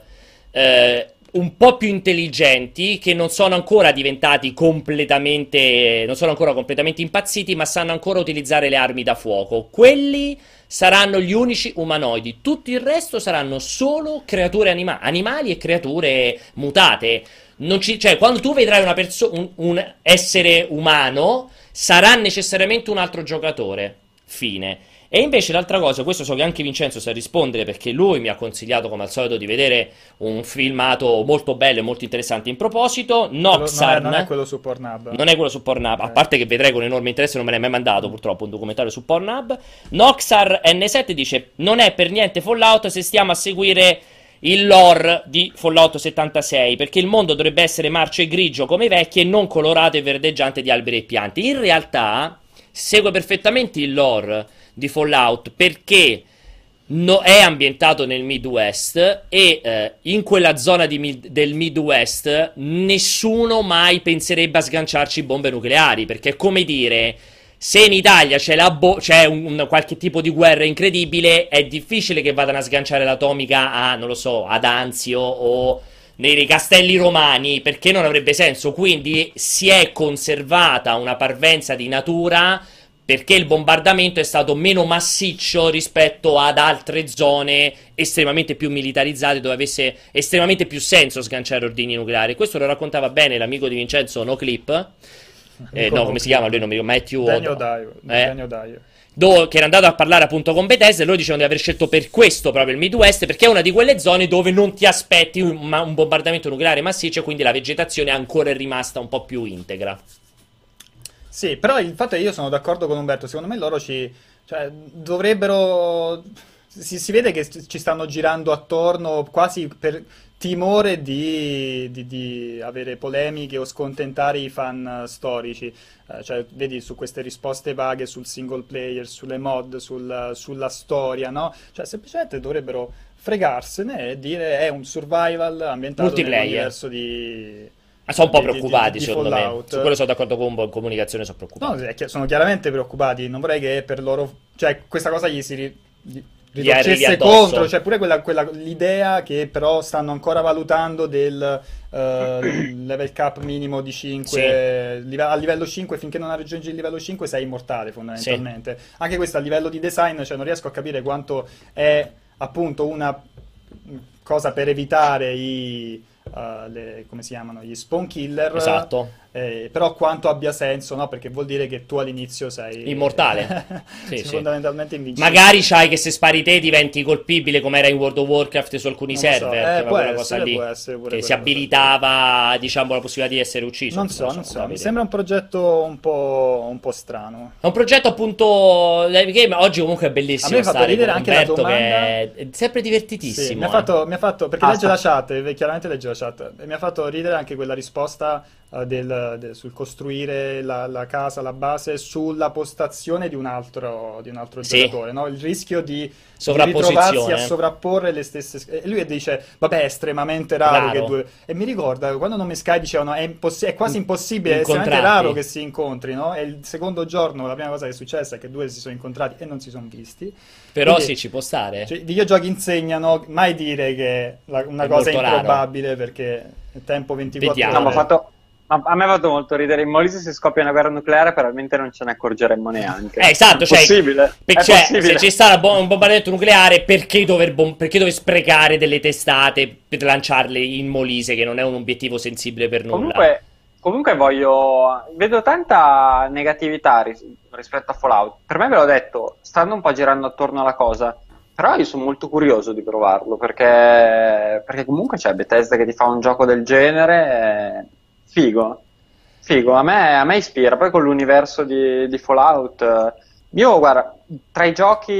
un po' più intelligenti, che non sono ancora diventati completamente, non sono ancora completamente impazziti, ma sanno ancora utilizzare le armi da fuoco. Quelli saranno gli unici umanoidi, tutto il resto saranno solo creature animali e creature mutate. Cioè, quando tu vedrai un essere umano, sarà necessariamente un altro giocatore. Fine. E invece l'altra cosa, questo so che anche Vincenzo sa rispondere, perché lui mi ha consigliato come al solito di vedere un filmato molto bello e molto interessante in proposito. Noxarn
non è quello su Pornhub.
Non è quello su Pornhub, a parte che vedrei con enorme interesse, non me l'hai mai mandato purtroppo un documentario su Pornhub. Noxar N7 dice: non è per niente Fallout se stiamo a seguire il lore di Fallout 76, perché il mondo dovrebbe essere marcio e grigio come i vecchi e non colorato e verdeggiante di alberi e piante. In realtà segue perfettamente il lore di Fallout, perché è ambientato nel Midwest e in quella zona del Midwest nessuno mai penserebbe a sganciarci bombe nucleari, perché è come dire, se in Italia c'è un qualche tipo di guerra incredibile, è difficile che vadano a sganciare l'atomica a, non lo so, ad Anzio o nei castelli romani, perché non avrebbe senso. Quindi si è conservata una parvenza di natura, perché il bombardamento è stato meno massiccio rispetto ad altre zone estremamente più militarizzate, dove avesse estremamente più senso sganciare ordigni nucleari. Questo lo raccontava bene l'amico di Vincenzo Noclip. No, come si chiama lui? Non mi ricordo. Matthew
Daniel Dyer.
Che era andato a parlare appunto con Bethesda, e loro dicevano di aver scelto per questo proprio il Midwest, perché è una di quelle zone dove non ti aspetti un bombardamento nucleare massiccio, e quindi la vegetazione ancora è rimasta un po' più integra.
Sì, però il fatto è che io sono d'accordo con Umberto, secondo me loro dovrebbero... Si vede che ci stanno girando attorno quasi per timore di avere polemiche o scontentare i fan storici. Cioè, vedi, su queste risposte vaghe sul single player, sulle mod, sulla storia, no? Cioè, semplicemente dovrebbero fregarsene e dire è un survival ambientato nell'universo di...
Sono un po' preoccupati,
di
secondo
Fallout.
me. Su quello sono d'accordo con un po', in comunicazione sono preoccupati.
No, sono chiaramente preoccupati. Non vorrei che per loro... Cioè, questa cosa gli
arrivi
ritorcesse
addosso.
contro. Cioè, pure l'idea che però stanno ancora valutando del level cap minimo di 5.
Sì.
A livello 5, finché non raggiungi il livello 5 sei immortale, fondamentalmente. Sì. Anche questo a livello di design, cioè non riesco a capire quanto è appunto una cosa per evitare come si chiamano, gli spawn killer.
Esatto.
Però quanto abbia senso, no? Perché vuol dire che tu all'inizio sei
immortale.
Sì, fondamentalmente invincibile.
Magari c'hai che se spari te diventi colpibile, come era in World of Warcraft su alcuni server,
può
quella cosa lì, che si abilitava, diciamo, la possibilità di essere ucciso.
Non so. Mi sembra un progetto un po' strano.
È un progetto appunto live game. Oggi comunque è bellissimo.
A me ha fatto ridere anche la domanda,
che è sempre divertitissimo.
Sì, mi ha fatto perché legge la chat, chiaramente legge la chat, e mi ha fatto ridere anche quella risposta sul costruire la casa, la base sulla postazione di un altro giocatore, no? Il rischio di ritrovarsi a sovrapporre le stesse. E lui dice, vabbè, è estremamente raro che due. E mi ricorda quando Non Me Sky dicevano è quasi impossibile, è estremamente raro che si incontrino. E il secondo giorno la prima cosa che è successa è che due si sono incontrati e non si sono visti.
Però
quindi,
sì, ci può stare.
Cioè, i videogiochi insegnano mai dire che una cosa è improbabile, raro. Perché il tempo 24 ore.
No, a me ha fatto molto ridere. In Molise se scoppia una guerra nucleare probabilmente non ce ne accorgeremmo neanche.
Esatto,
è possibile.
Se ci sta un bombardamento nucleare, perché dover sprecare delle testate per lanciarle in Molise, che non è un obiettivo sensibile per nulla?
Comunque vedo tanta negatività rispetto a Fallout. Per me, ve l'ho detto, stanno un po' girando attorno alla cosa. Però io sono molto curioso di provarlo, perché comunque c'è Bethesda che ti fa un gioco del genere. Figo, a me ispira. Poi con l'universo di Fallout, io guarda, tra i giochi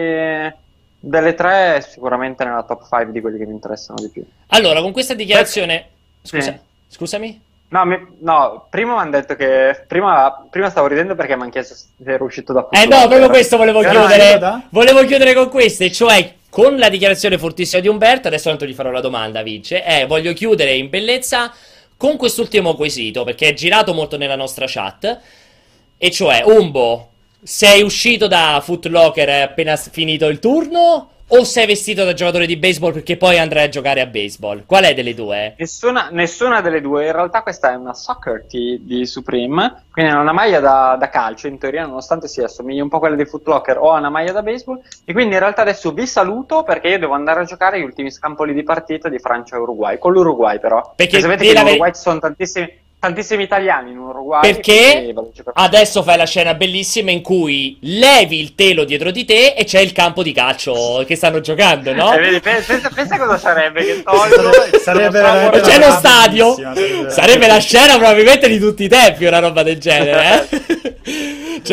delle tre sicuramente nella top 5 di quelli che mi interessano di più.
Allora, con questa dichiarazione scusami?
No, prima mi hanno detto che prima stavo ridendo perché mi hanno chiesto se ero uscito da
no, proprio questo volevo chiudere. Volevo chiudere con queste, cioè con la dichiarazione fortissima di Umberto. Adesso tanto gli farò la domanda, Vince. Voglio chiudere in bellezza con quest'ultimo quesito, perché è girato molto nella nostra chat, e cioè, Umbo, sei uscito da Foot Locker appena finito il turno, o sei vestito da giocatore di baseball perché poi andrai a giocare a baseball? Qual è delle due?
Nessuna delle due. In realtà questa è una soccer tee di Supreme, quindi è una maglia da calcio, in teoria, nonostante si assomigli un po' a quella di Foot Locker o a una maglia da baseball. E quindi in realtà adesso vi saluto, perché io devo andare a giocare gli ultimi scampoli di partita di Francia e Uruguay, con l'Uruguay però. Perché sapete che in Uruguay ci sono tantissimi italiani in Uruguay.
Perché adesso fai la scena bellissima in cui levi il telo dietro di te e c'è il campo di calcio che stanno giocando, no?
Vedi, pensa cosa sarebbe che tolgo.
C'è lo stadio. Sarebbe la scena probabilmente di tutti i tempi, una roba del genere, ce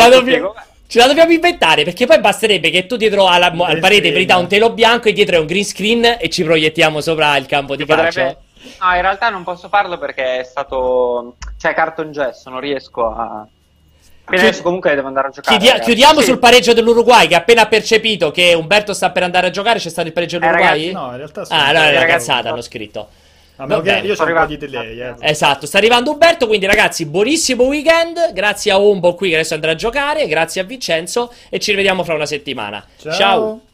la dobbiamo inventare, perché poi basterebbe che tu dietro al parete verità un telo bianco e dietro è un green screen e ci proiettiamo sopra il campo di calcio.
No, in realtà non posso farlo perché è stato... c'è cartongesso, non riesco a... Adesso comunque devo andare a giocare.
Chiudiamo sul pareggio dell'Uruguay, che appena percepito che Umberto sta per andare a giocare. C'è stato il pareggio dell'Uruguay?
Ragazzi,
no, in realtà
no, è una cazzata, hanno scritto.
Io c'ho un po' di delay.
Esatto, sta arrivando Umberto, quindi ragazzi, buonissimo weekend. Grazie a Umbo qui che adesso andrà a giocare, grazie a Vincenzo e ci rivediamo fra una settimana. Ciao.